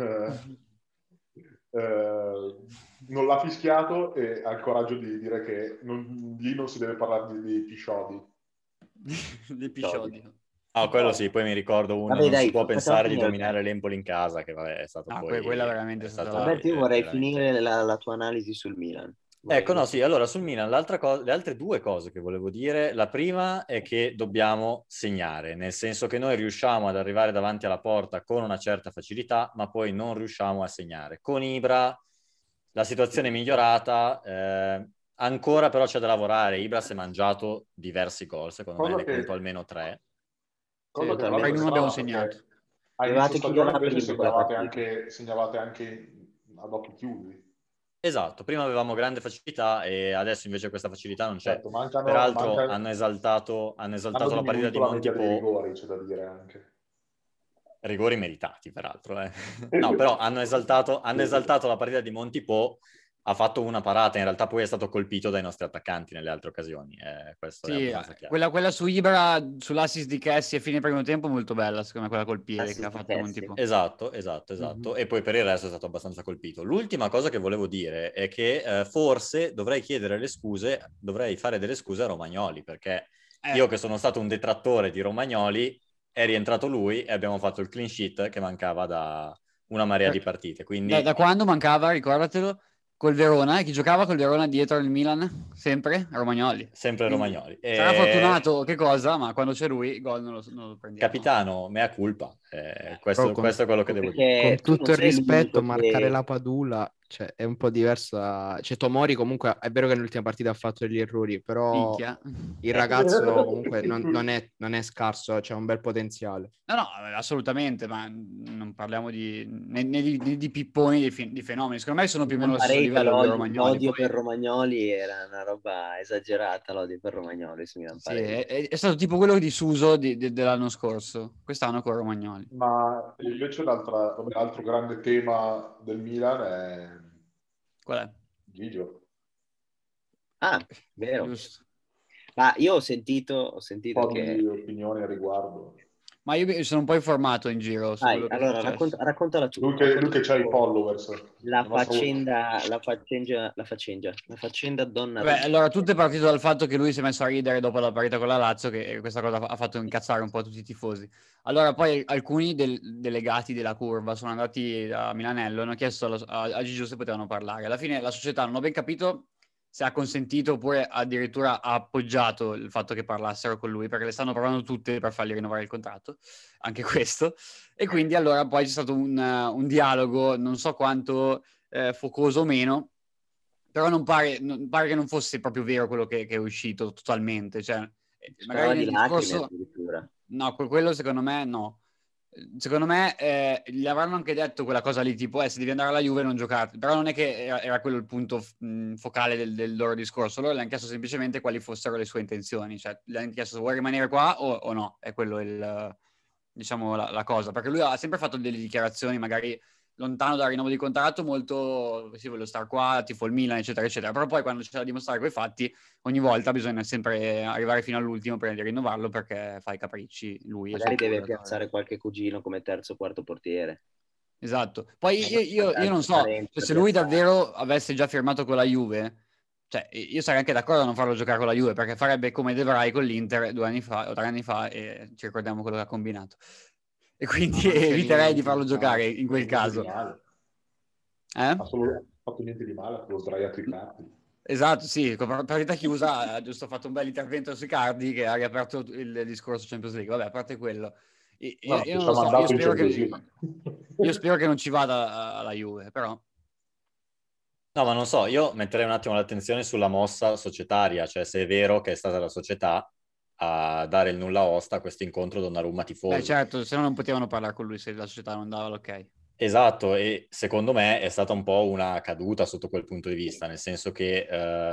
Non l'ha fischiato e ha il coraggio di dire che lì non si deve parlare di pisciodi. Di pisciodi. Quello sì, poi mi ricordo non si può pensare di dominare l'Empoli in casa, che vabbè è stato poi... quella veramente è stata... Vabbè, io vorrei finire la tua analisi sul Milan. Allora sul Milan le altre due cose che volevo dire, la prima è che dobbiamo segnare, nel senso che noi riusciamo ad arrivare davanti alla porta con una certa facilità, ma poi non riusciamo a segnare. Con Ibra la situazione è migliorata, ancora però c'è da lavorare. Ibra si è mangiato diversi gol, secondo me ne conto almeno 3. Sì, non abbiamo segnato. Segnavate anche ad occhi chiusi. Esatto, prima avevamo grande facilità e adesso invece questa facilità non c'è. Certo, peraltro hanno esaltato la partita di Montipò. Rigori, c'è da dire anche. Rigori meritati, peraltro. No, però hanno esaltato la partita di Montipò. Ha fatto una parata, in realtà poi è stato colpito dai nostri attaccanti nelle altre occasioni. Questo è abbastanza chiaro. Quella su Ibra, sull'assist di Kessie a fine primo tempo, molto bella, secondo me, quella col piede che ha fatto Montipò. Esatto. Mm-hmm. E poi per il resto è stato abbastanza colpito. L'ultima cosa che volevo dire è che forse dovrei fare delle scuse a Romagnoli, perché io che sono stato un detrattore di Romagnoli, è rientrato lui e abbiamo fatto il clean sheet che mancava da una marea di partite. Quindi... Da quando mancava, ricordatelo? Col Verona, e chi giocava col Verona dietro il Milan? Sempre Romagnoli. Sempre Romagnoli. Sarà fortunato che cosa, ma quando c'è lui, gol non lo prendiamo. Capitano, mea culpa. Questo è quello che devo dire. Con tutto il rispetto, marcare la Padula, Cioè, è un po' diverso. Cioè, Tomori comunque è vero che nell'ultima partita ha fatto degli errori, però Minchia. il ragazzo comunque non è scarso, c'è un bel potenziale. No, assolutamente, ma non parliamo né di pipponi, di fenomeni. Secondo me sono più o meno allo stesso livello di Romagnoli. L'odio Poi, per Romagnoli era una roba esagerata, l'odio per Romagnoli su Milan sì, è stato tipo quello di Suso dell'anno scorso, quest'anno con Romagnoli. Ma invece l'altro grande tema del Milan è Qual è? Gigio. Ah, vero. Giusto. Ma io ho sentito Un po' che... di opinioni a riguardo. Ma io sono un po' informato in giro su quello che allora, è successo. raccontala tu. Lui che c'ha i followers. La faccenda donna. Beh, allora tutto è partito dal fatto che lui si è messo a ridere dopo la partita con la Lazio, che questa cosa ha fatto incazzare un po' tutti i tifosi. Allora poi alcuni delegati della curva sono andati a Milanello e hanno chiesto a Gigio se potevano parlare. Alla fine la società non ho ben capito se ha consentito oppure addirittura ha appoggiato il fatto che parlassero con lui, perché le stanno provando tutte per fargli rinnovare il contratto, anche questo. E quindi allora poi c'è stato un dialogo, non so quanto focoso o meno, però pare che non fosse proprio vero quello che è uscito totalmente. Cioè, magari nel discorso... No, quello secondo me no. Secondo me gli avranno anche detto quella cosa lì, tipo se devi andare alla Juve non giocare, però non è che era quello il punto focale del loro discorso. Loro le hanno chiesto semplicemente quali fossero le sue intenzioni, cioè le hanno chiesto se vuoi rimanere qua o no, è quello diciamo la cosa, perché lui ha sempre fatto delle dichiarazioni magari lontano dal rinnovo di contratto, molto sì, voglio stare qua, tifo il Milan, eccetera, eccetera, però poi quando c'è da dimostrare quei fatti, ogni volta bisogna sempre arrivare fino all'ultimo per rinnovarlo, perché fa i capricci lui. Magari deve piazzare qualche cugino come terzo o quarto portiere. Esatto. Poi io non so, se lui davvero avesse già firmato con la Juve, cioè io sarei anche d'accordo a non farlo giocare con la Juve, perché farebbe come De Vrij con l'Inter 2 anni fa o 3 anni fa, e ci ricordiamo quello che ha combinato. E quindi eviterei di farlo giocare in quel caso. Ha fatto niente di male, ha sdraiato i cardi. Esatto, sì, con partita chiusa ha giusto fatto un bel intervento sui cardi che ha riaperto il discorso Champions League. Vabbè, a parte quello. Io non lo so, io spero che non ci vada alla Juve, però... No, ma non so, io metterei un attimo l'attenzione sulla mossa societaria, cioè se è vero che è stata la società a dare il nulla osta a questo incontro Donnarumma-tifosi. Certo, se no non potevano parlare con lui se la società non dava l'ok. Esatto, e secondo me è stata un po' una caduta sotto quel punto di vista, nel senso che,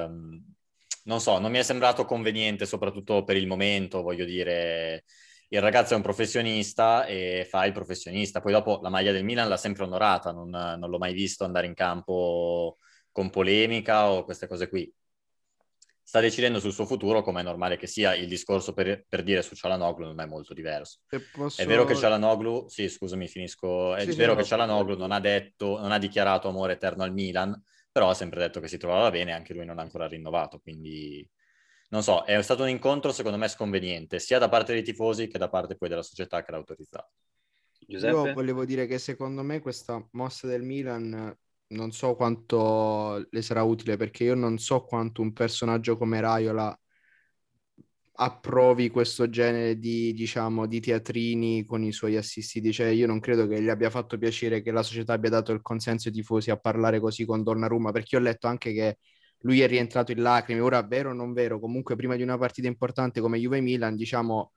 non so, non mi è sembrato conveniente, soprattutto per il momento, voglio dire, il ragazzo è un professionista e fa il professionista, poi dopo la maglia del Milan l'ha sempre onorata, non l'ho mai visto andare in campo con polemica o queste cose qui. Sta decidendo sul suo futuro, come è normale che sia. Il discorso per dire su Çalhanoğlu non è molto diverso. È vero che Çalhanoğlu, sì, scusami, finisco. È vero che Çalhanoğlu non ha dichiarato amore eterno al Milan, però ha sempre detto che si trovava bene e anche lui non ha ancora rinnovato, quindi non so, è stato un incontro secondo me sconveniente, sia da parte dei tifosi che da parte poi della società che l'ha autorizzato. Giuseppe? Io volevo dire che secondo me questa mossa del Milan non so quanto le sarà utile, perché io non so quanto un personaggio come Raiola approvi questo genere di, diciamo, di teatrini con i suoi assistiti. Cioè io non credo che gli abbia fatto piacere che la società abbia dato il consenso ai tifosi a parlare così con Donnarumma, perché io ho letto anche che lui è rientrato in lacrime. Ora, vero o non vero, comunque prima di una partita importante come Juve-Milan, diciamo,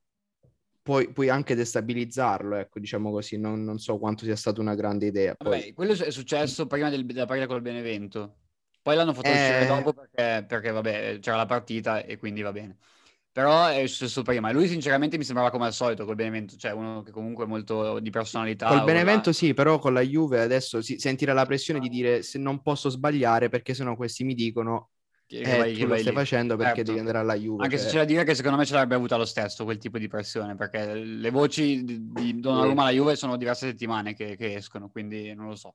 puoi anche destabilizzarlo, ecco, diciamo così. Non so quanto sia stata una grande idea. Vabbè, quello è successo prima della partita col Benevento, poi l'hanno fatto uscire dopo perché vabbè, c'era la partita e quindi va bene. Però è successo prima e lui sinceramente mi sembrava come al solito col Benevento, cioè uno che comunque è molto di personalità. Col Benevento sì, però con la Juve adesso si sentirà la pressione di dire se non posso sbagliare perché sennò questi mi dicono tu lo stai facendo perché devi andare alla Juve. Anche se c'è da dire che secondo me ce l'avrebbe avuta lo stesso quel tipo di pressione, perché le voci di Donnarumma alla Juve sono diverse settimane che escono, quindi non lo so.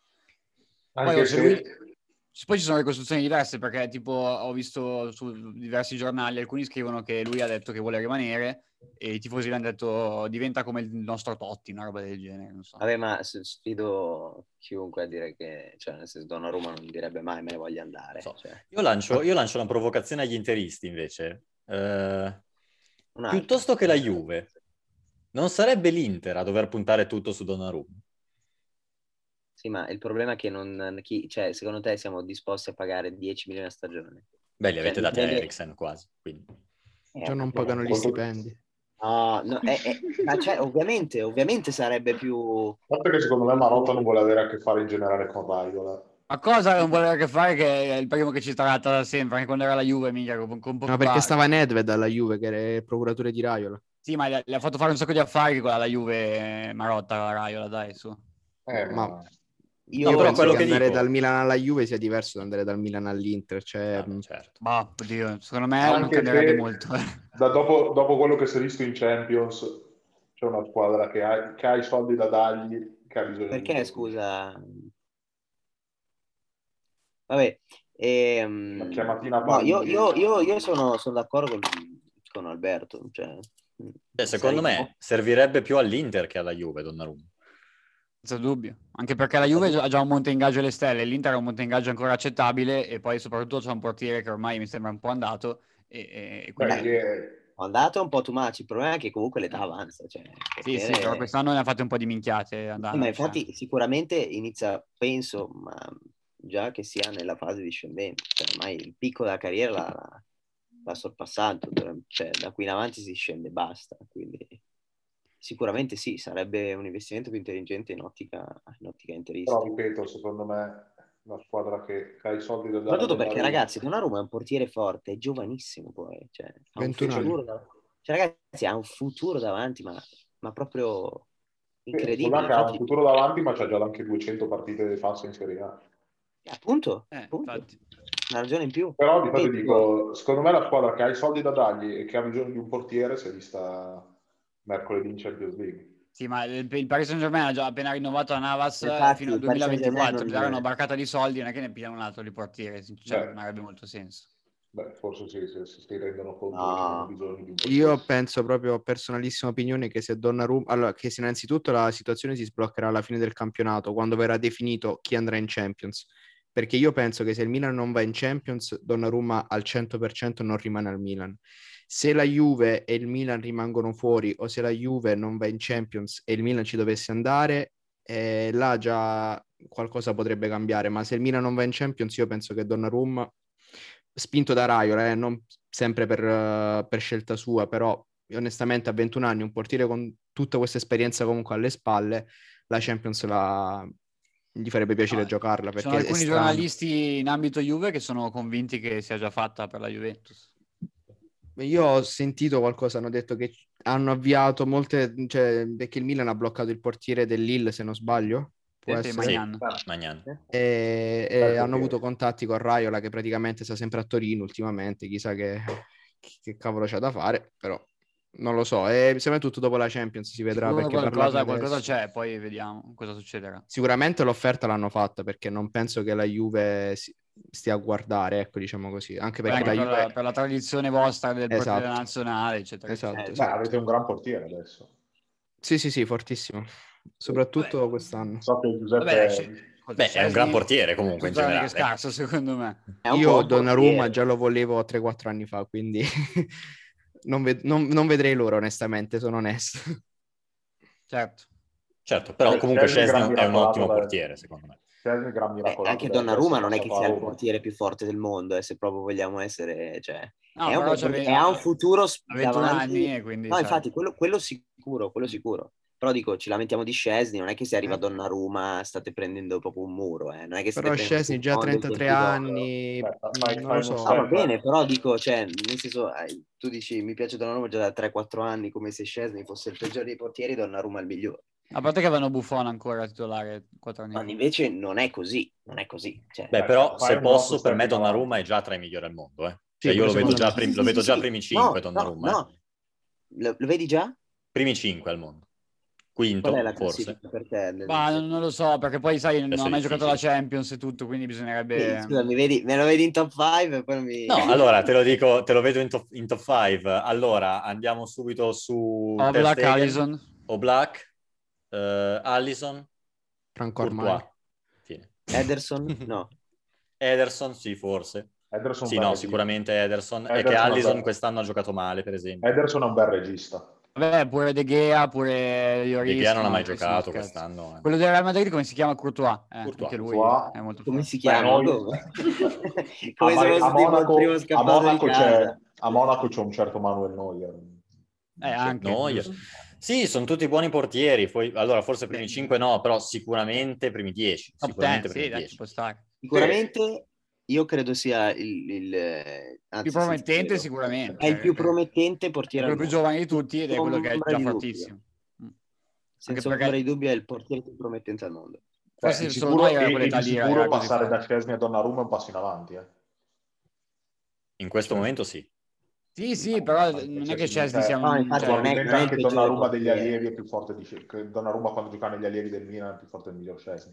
Poi ci sono ricostruzioni diverse, perché tipo ho visto su diversi giornali, alcuni scrivono che lui ha detto che vuole rimanere e i tifosi gli hanno detto diventa come il nostro Totti, una roba del genere, non so. Vabbè, ma sfido chiunque a dire che, cioè nel senso, Donnarumma non direbbe mai me ne voglio andare. So. Cioè. Io lancio una provocazione agli interisti invece. Piuttosto che la Juve, non sarebbe l'Inter a dover puntare tutto su Donnarumma? Sì, ma il problema è che cioè, secondo te siamo disposti a pagare 10 milioni a stagione? Beh, li avete Cioè, dati a Eriksen quasi, quindi. Già non pagano gli stipendi. No, ma cioè, ovviamente sarebbe più... A parte che secondo me Marotta non vuole avere a che fare in generale con Raiola. Ma cosa non vuole avere a che fare, che è il primo che ci tratta da sempre, anche quando era la Juve, minchia, con No, perché stava Nedved alla Juve, che era il procuratore di Raiola. Sì, ma le ha fatto fare un sacco di affari con la Juve, Marotta, la Raiola, dai, su. Ma io penso quello che che andare dico... dal Milan alla Juve sia diverso da andare dal Milan all'Inter. Cioè... certo. Bah, oddio, secondo me non Anche cambierebbe se molto. dopo quello che si è visto in Champions, c'è una squadra che ha i soldi da dargli, che ha bisogno di... Perché, scusa? Vabbè, La chiamatina no, io sono d'accordo con Alberto. Cioè, secondo me servirebbe più all'Inter che alla Juve, Donnarumma. Senza dubbio, anche perché la Juve ha già un monte ingaggio alle stelle, l'Inter ha un monte ingaggio ancora accettabile e poi soprattutto c'è un portiere che ormai mi sembra un po' andato e quindi... andato un po' too much, il problema è che comunque l'età avanza. Cioè, Sì, però quest'anno ne ha fatte un po' di minchiate. Ma infatti sicuramente inizia, penso, ma già che sia nella fase discendente, cioè ormai il picco della carriera l'ha sorpassato, cioè da qui in avanti si scende e basta, quindi sicuramente sì, sarebbe un investimento più intelligente in ottica interista. Però ripeto, secondo me una squadra che ha i soldi da dare... Soprattutto perché ragazzi, Donnarumma è un portiere forte, è giovanissimo poi, cioè, ha un futuro cioè, ragazzi, ha un futuro davanti, ma proprio incredibile. Infatti... ha un futuro davanti, ma c'ha già anche 200 partite false in Serie A. Appunto. Infatti. Una ragione in più. Però di fatto dico, secondo me la squadra che ha i soldi da dargli e che ha bisogno di un portiere si è vista mercoledì in Champions League. Sì, ma il Paris Saint-Germain ha già appena rinnovato a Navas fino al 2024, gli daranno una barcata di soldi, non è che ne pigliano un altro di portiere, cioè non avrebbe molto senso. Beh, forse sì, se si rendono conto No. che hanno bisogno di un portiere. Io penso proprio, personalissima opinione, che se Donnarumma... Allora, che innanzitutto la situazione si sbloccherà alla fine del campionato, quando verrà definito chi andrà in Champions. Perché io penso che se il Milan non va in Champions, Donnarumma al 100% non rimane al Milan. Se la Juve e il Milan rimangono fuori, o se la Juve non va in Champions e il Milan ci dovesse andare, là già qualcosa potrebbe cambiare. Ma se il Milan non va in Champions, io penso che Donnarumma, spinto da Raiola, non sempre per scelta sua, però onestamente a 21 anni, un portiere con tutta questa esperienza comunque alle spalle, la Champions gli farebbe piacere giocarla. Perché sono alcuni giornalisti in ambito Juve che sono convinti che sia già fatta per la Juventus. Io ho sentito qualcosa, hanno detto che hanno avviato molte, cioè perché il Milan ha bloccato il portiere del Lille, se non sbaglio. Può essere. Magnan. E hanno avuto contatti con Raiola, che praticamente sta sempre a Torino ultimamente, chissà che cavolo c'ha da fare, però non lo so. E secondo me tutto dopo la Champions si vedrà. Perché qualcosa c'è, poi vediamo cosa succederà. Sicuramente l'offerta l'hanno fatta, perché non penso che la Juve stia a guardare, ecco, diciamo così. Anche perché anche per la tradizione vostra del portiere nazionale, eccetera. Esatto. Avete un gran portiere adesso. Sì, fortissimo. Soprattutto quest'anno. So che Giuseppe... è un gran portiere comunque in generale. Che scarso, secondo me. Io Donnarumma già lo volevo 3-4 anni fa, quindi non vedrei l'ora, onestamente, sono onesto. Certo, però comunque Szczęsny è un ottimo portiere, secondo me. Anche Donnarumma non è che sia il portiere più forte del mondo, se proprio vogliamo essere, cioè, ha un futuro davanti. Anni, quindi, no, infatti quello sicuro. Però dico, ci lamentiamo di Szczęsny, non è che se arriva Donnarumma state prendendo proprio un muro, non è che però Szczęsny già 33 anni, non lo so. Va bene, però dico, cioè, nel senso, tu dici mi piace Donnarumma già da 3-4 anni, come se Szczęsny fosse il peggiore dei portieri, Donnarumma è il migliore. A parte che avevano Buffon ancora titolare 4 anni. Ma invece non è così. Cioè, però se posso, per me Donnarumma è già tra i migliori al mondo. Cioè, io lo vedo già primi 5 Donnarumma. No. Lo vedi già? Primi 5 al mondo. Quinto, qual è la forse. Ma non lo so, perché poi sai, non ha mai giocato la Champions e tutto, quindi bisognerebbe... Scusa, me lo vedi in top 5 e poi mi... No, allora, te lo dico, te lo vedo in top 5. Allora, andiamo subito su... Oblak, Alisson. Oblak, Alisson, Franco Armani. Fine. Ederson? No. Ederson, sì, forse. Ederson sì, no, sicuramente Ederson. È che Alisson quest'anno ha giocato male, per esempio. Ederson è un bel regista. Vabbè, pure De Gea, pure Lloris. De Gea non ha mai questi giocato scherzi. quest'anno. Quello del Real Madrid come si chiama? Courtois. Courtois. Anche lui Courtois. è molto Come forte. si chiama? Come se fosse A tipo il primo scappato di casa. a Monaco c'è un certo Manuel Neuer. Anche. Neuer. Sì, sono tutti buoni portieri. Allora, forse primi 5 no, però sicuramente primi 10. Top Sicuramente 10, primi sì, dai, 10. ci può stare. Sicuramente io credo sia anzi, Più promettente sicuramente. È il più promettente portiere È al quello più mondo. giovane di tutti ed è quello che è già fortissimo. Senza ombra di dubbio è il portiere più promettente al mondo. Forse di solo sicuro, noi era quell'età di lì. sicuro passare da Szczesny a Donnarumma è un passo in avanti. In questo momento sì. Sì, però non è che Szczesny sia un... infatti probabilmente non è il anche peggiore Donnarumma degli portiere. allievi è più forte di Donnarumma quando gioca negli allievi del Milan è più forte del miglior Szczesny.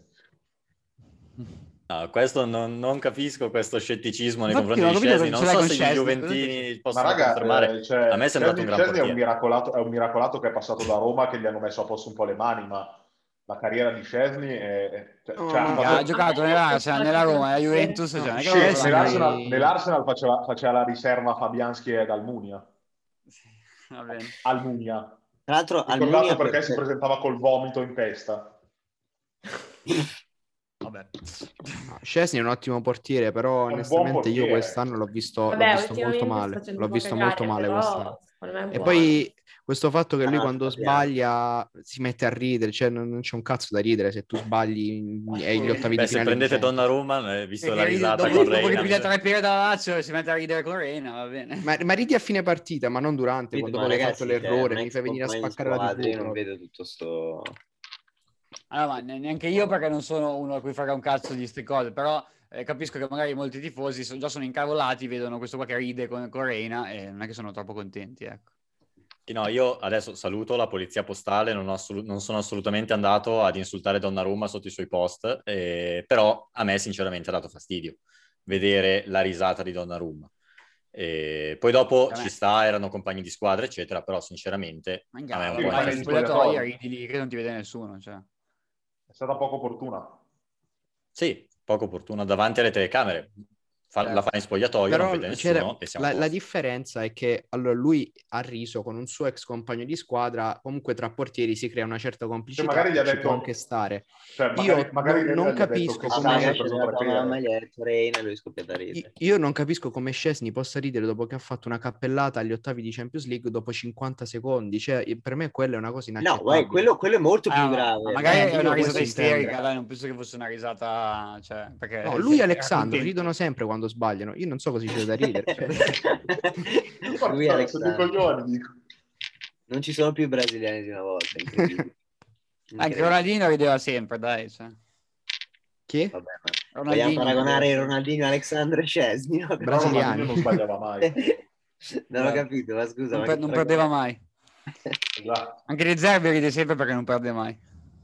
No, questo non capisco questo scetticismo nei Infatti, confronti di Szczesny. non Non so se Szczesny, gli Juventini possono Ma raga, confermare. A me è sembrato un gran Szczesny portiere. è un miracolato che è passato da Roma, che gli hanno messo a posto un po' le mani, ma la carriera di Szczesny è ha giocato nella Roma, nella Juventus, nell'Arsenal faceva la riserva Fabianski ed Almunia. Va bene. Almunia. Tra l'altro Ricordato perché si presentava col vomito in testa. Vabbè. Szczesny è un ottimo portiere, però onestamente io quest'anno l'ho visto molto male. L'ho visto molto male quest'anno. E poi questo fatto che lui quando sbaglia si mette a ridere, cioè non c'è un cazzo da ridere se tu sbagli agli ottavi di finale. Se prendete Donnarumma, visto la risata con Reina. Dopo che piglia 3 piede dalla Lazio si mette a ridere con Reina, va bene. Ma ridi a fine partita, ma non durante, quando poi hai fatto l'errore, mi fai venire a spaccare la TV. Io non vedo tutto sto... Allora, ma neanche io perché non sono uno a cui frega un cazzo di queste cose, però capisco che magari molti tifosi già sono incavolati, vedono questo qua che ride con Reina e non è che sono troppo contenti, ecco. No, io adesso saluto la polizia postale, non sono assolutamente andato ad insultare Donnarumma sotto i suoi post, però a me sinceramente ha dato fastidio vedere la risata di Donnarumma. Poi dopo ci sta, erano compagni di squadra, eccetera, però sinceramente a me è un po' in spogliatoio ridi lì che non ti vede nessuno, cioè. È stata poco opportuna. Sì, poco opportuna davanti alle telecamere. La fa in spogliatoio, però non vede nessuno e siamo la differenza è che allora lui ha riso con un suo ex compagno di squadra, comunque tra portieri si crea una certa complicità, magari gli ha detto, può anche stare. Magari non capisco come io non capisco come Szczesny possa ridere dopo che ha fatto una cappellata agli ottavi di Champions League dopo 50 secondi, cioè per me quella è una cosa inaccettabile. No, quello è molto più grave. Magari è una risata isterica, dai, non penso che fosse una risata, cioè, perché no, lui e Alexandro ridono sempre quando sbagliano, io non so cosa ci c'è da ridere. Lui Alexandro. Non ci sono più i brasiliani di una volta. Anche Ronaldinho rideva sempre, dai. Cioè. Chi? Vabbè, vogliamo paragonare Ronaldinho, Alexandro e Szczesny? No? Brasiliani non sbagliava mai. Non ho capito, ma scusa. Non perdeva mai. Anche De Zerbi ride sempre perché non perde mai.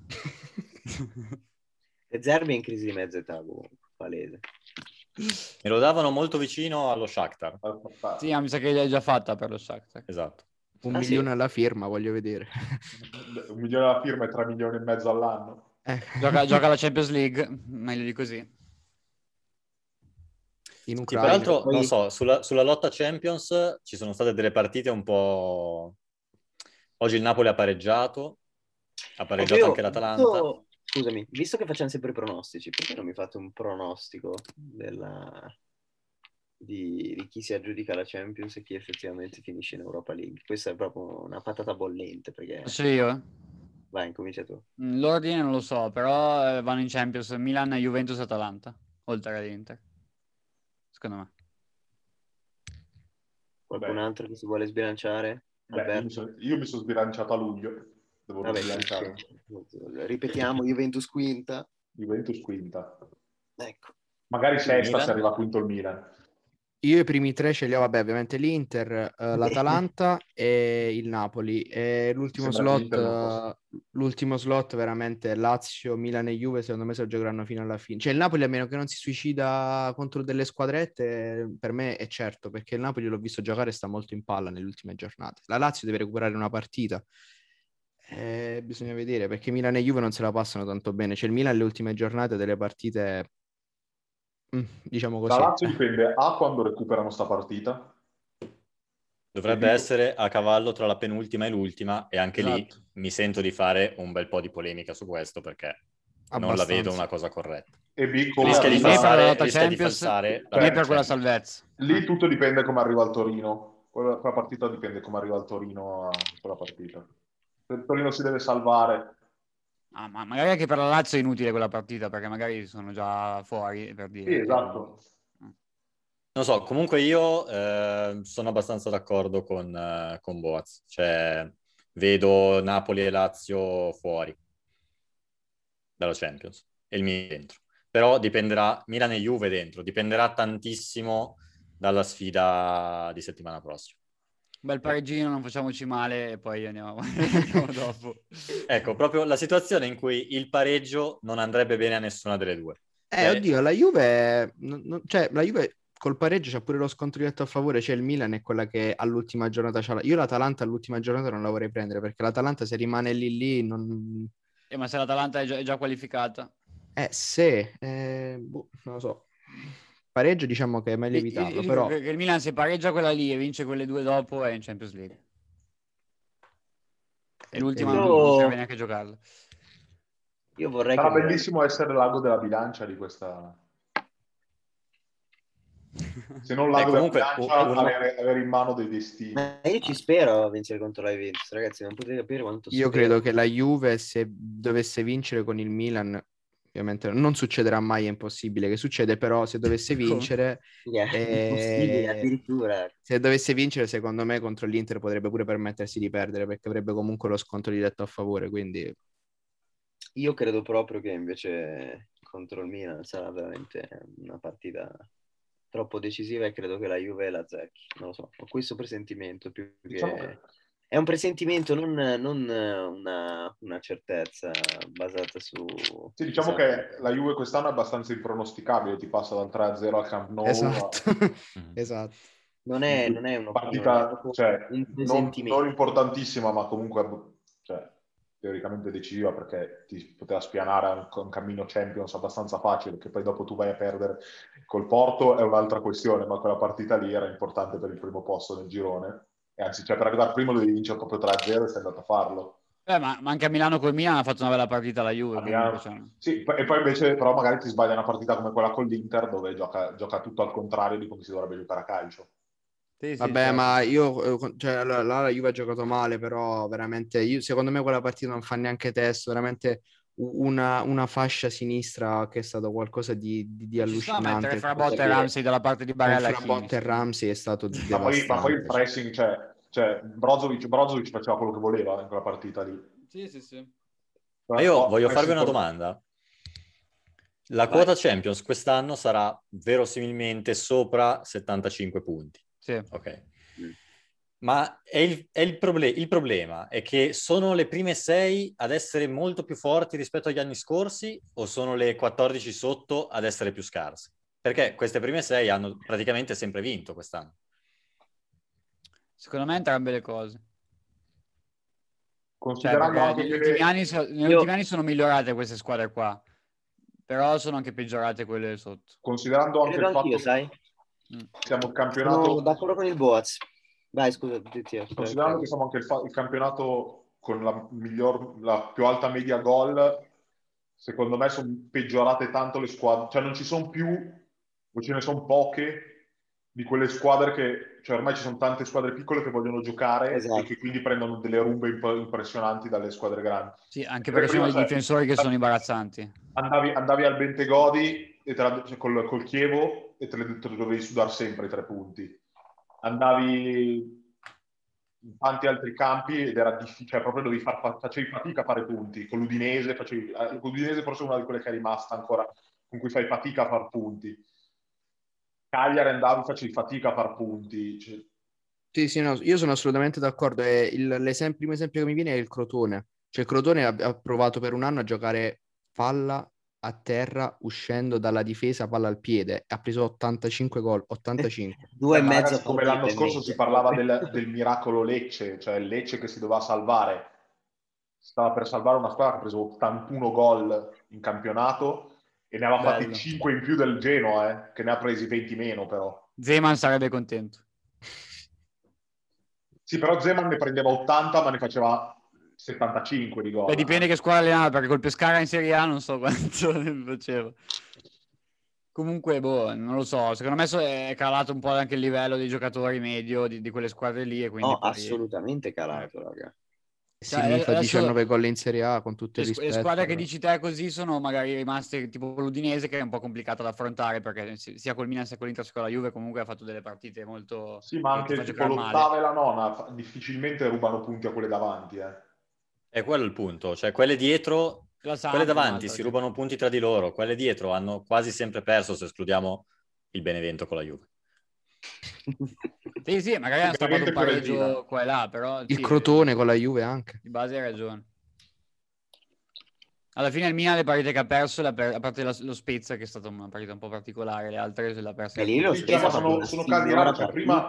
De Zerbi è in crisi di mezza età, palese. Me lo davano molto vicino allo Shakhtar. Sì, mi sa che l'hai già fatta per lo Shakhtar. Esatto. 1 milione alla firma, voglio vedere. 1 milione alla firma e 3 milioni e mezzo all'anno. Gioca la Champions League, meglio di così. In Ucraina. Sì, peraltro, non so, sulla lotta Champions ci sono state delle partite un po'... Oggi il Napoli ha pareggiato anche l'Atalanta. Scusami, visto che facciamo sempre i pronostici, perché non mi fate un pronostico di chi si aggiudica la Champions e chi effettivamente finisce in Europa League? Questa è proprio una patata bollente, perché... Posso io? Vai, incomincia tu. L'ordine non lo so, però vanno in Champions Milan, Juventus, Atalanta, oltre all'Inter. Secondo me. Qualcun altro che si vuole sbilanciare? Io mi sono sbilanciato a luglio. Ripetiamo, Juventus quinta. Juventus quinta. Ecco. Magari sesta se arriva quinto il Milan. Io i primi 3 ce li ho, vabbè, ovviamente l'Inter, l'Atalanta e il Napoli. E l'ultimo slot veramente Lazio, Milan e Juve, secondo me se lo giocheranno fino alla fine. Cioè il Napoli, a meno che non si suicida contro delle squadrette, per me è certo, perché il Napoli l'ho visto giocare e sta molto in palla nelle ultime giornate. La Lazio deve recuperare una partita. Bisogna vedere, perché Milan e Juve non se la passano tanto bene. Cioè il Milan alle ultime giornate delle partite... diciamo così. La Lazio dipende quando recuperano sta partita. Dovrebbe essere a cavallo tra la penultima e l'ultima, e anche lì mi sento di fare un bel po' di polemica su questo, perché non la vedo una cosa corretta. E rischia di falsare per quella salvezza. Lì tutto dipende come arriva il Torino. Quella partita dipende come arriva il Torino a quella partita. Se il Torino si deve salvare. Ma magari anche per la Lazio è inutile quella partita, perché magari sono già fuori, per dire. Sì, esatto. Non so, comunque io sono abbastanza d'accordo con Boaz. Cioè, vedo Napoli e Lazio fuori dalla Champions e il Milan dentro. Però dipenderà, Milan e Juve dentro, dipenderà tantissimo dalla sfida di settimana prossima. Bel pareggino, non facciamoci male e poi andiamo dopo. Ecco, proprio la situazione in cui il pareggio non andrebbe bene a nessuna delle due. Oddio, la Juve, cioè la Juve col pareggio c'ha pure lo scontro diretto a favore, cioè il Milan è quella che all'ultima giornata c'ha io l'Atalanta all'ultima giornata non la vorrei prendere, perché l'Atalanta se rimane lì non... ma se l'Atalanta è già qualificata? Non lo so. Pareggio diciamo che è meglio evitarlo, però... Che il Milan se pareggia quella lì e vince quelle due dopo è in Champions League. E l'ultima non serve neanche giocarla. Io vorrei Sarà bellissimo essere l'ago della bilancia di questa... Se non l'ago della bilancia, avere in mano dei destini. Ma io ci spero a vincere contro la Juventus, ragazzi, non potete capire quanto io credo che la Juve, se dovesse vincere con il Milan, ovviamente non succederà mai, è impossibile che succede, però se dovesse vincere addirittura se dovesse vincere, secondo me contro l'Inter potrebbe pure permettersi di perdere, perché avrebbe comunque lo scontro diretto a favore, quindi io credo proprio che invece contro il Milan sarà veramente una partita troppo decisiva, e credo che la Juve la zecchi, non lo so, ho questo presentimento più che... È un presentimento, non una certezza basata su... Sì, diciamo che la Juve quest'anno è abbastanza impronosticabile, ti passa dal 3-0 al Camp Nou. Esatto, esatto. Non è una partita, cioè, non importantissima, ma comunque cioè, teoricamente decisiva, perché ti poteva spianare un cammino Champions abbastanza facile, che poi dopo tu vai a perdere col Porto è un'altra questione, ma quella partita lì era importante per il primo posto nel girone. E anzi, cioè, per arrivare primo devi vincere proprio 3-0 e sei andato a farlo. Ma anche a Milano col Milan ha fatto una bella partita la Juve. Sì, e poi invece però magari ti sbaglia una partita come quella con l'Inter, dove gioca tutto al contrario di come si dovrebbe giocare a calcio. Sì, vabbè, certo. Ma io, cioè, la Juve ha giocato male, però veramente, secondo me quella partita non fa neanche testo, veramente una fascia sinistra che è stato qualcosa di allucinante. Mettere Frabotta e Ramsey dalla parte di Barella. Frabotta e Ramsey è stato devastante. Ma poi il pressing, cioè Brozovic faceva quello che voleva in quella partita lì. Sì. Ma io voglio farvi una domanda. La quota Champions quest'anno sarà verosimilmente sopra 75 punti. Sì. Ok. Ma il problema è che sono le prime 6 ad essere molto più forti rispetto agli anni scorsi, o sono le 14 sotto ad essere più scarse? Perché queste prime 6 hanno praticamente sempre vinto quest'anno. Secondo me entrambe le cose. Considerando anche negli ultimi anni sono migliorate queste squadre qua, però sono anche peggiorate quelle sotto. Considerando anche il fatto sai? Siamo il campionato... Sono d'accordo con il Boaz. Vai, scusa. Considerando che siamo anche il campionato con la più alta media gol, secondo me sono peggiorate tanto le squadre. Cioè non ci sono più, o ce ne sono poche, di quelle squadre che... Cioè ormai ci sono tante squadre piccole che vogliono giocare, esatto, e che quindi prendono delle rumbe impressionanti dalle squadre grandi. Sì, anche perché sono i difensori che sono imbarazzanti. Andavi al Bentegodi e col Chievo e te le dovevi sudare sempre i 3 punti. Andavi in tanti altri campi ed era difficile, cioè proprio facevi fatica a fare punti. Con l'Udinese forse è una di quelle che è rimasta ancora, con cui fai fatica a far punti. Cagliari andavi, facevi fatica a far punti. Sì, no, io sono assolutamente d'accordo. Primo esempio che mi viene è il Crotone. Cioè il Crotone ha provato per un anno a giocare palla a terra uscendo dalla difesa, palla al piede, ha preso 85 gol, 85. 2,5 come l'anno scorso si parlava del miracolo Lecce, cioè il Lecce che si doveva salvare, stava per salvare una squadra che ha preso 81 gol in campionato e ne aveva fatti 5 in più del Genoa, che ne ha presi 20 meno però. Zeman sarebbe contento. Sì, però Zeman ne prendeva 80, ma ne faceva 75 di gol. Dipende che squadra allenava, perché col Pescara in Serie A non so quanto ne faceva. Comunque, non lo so, secondo me è calato un po' anche il livello dei giocatori medio di quelle squadre lì, e quindi poi... assolutamente calato, raga. Sì, mi fa 19 gol in Serie A con tutto il rispetto. Le squadre che però. dici te così sono magari rimaste tipo l'Udinese, che è un po' complicato da affrontare, perché sia col Milan sia con l'Inter sia con la Juve comunque ha fatto delle partite molto... Sì, ma anche tipo l'ottava e la nona difficilmente rubano punti a quelle davanti. È quello il punto, cioè quelle dietro, quelle davanti si cioè. rubano punti tra di loro, quelle dietro hanno quasi sempre perso, se escludiamo il Benevento con la Juve. Sì, magari hanno stappato un pareggio qua e là, però... Il Crotone con la Juve anche. Di base hai ragione. Alla fine il Milan le partite che ha perso, a parte lo Spezia, che è stata una partita un po' particolare, le altre se l'ha persa. E lì lo Spezia sono casi rari, cioè prima...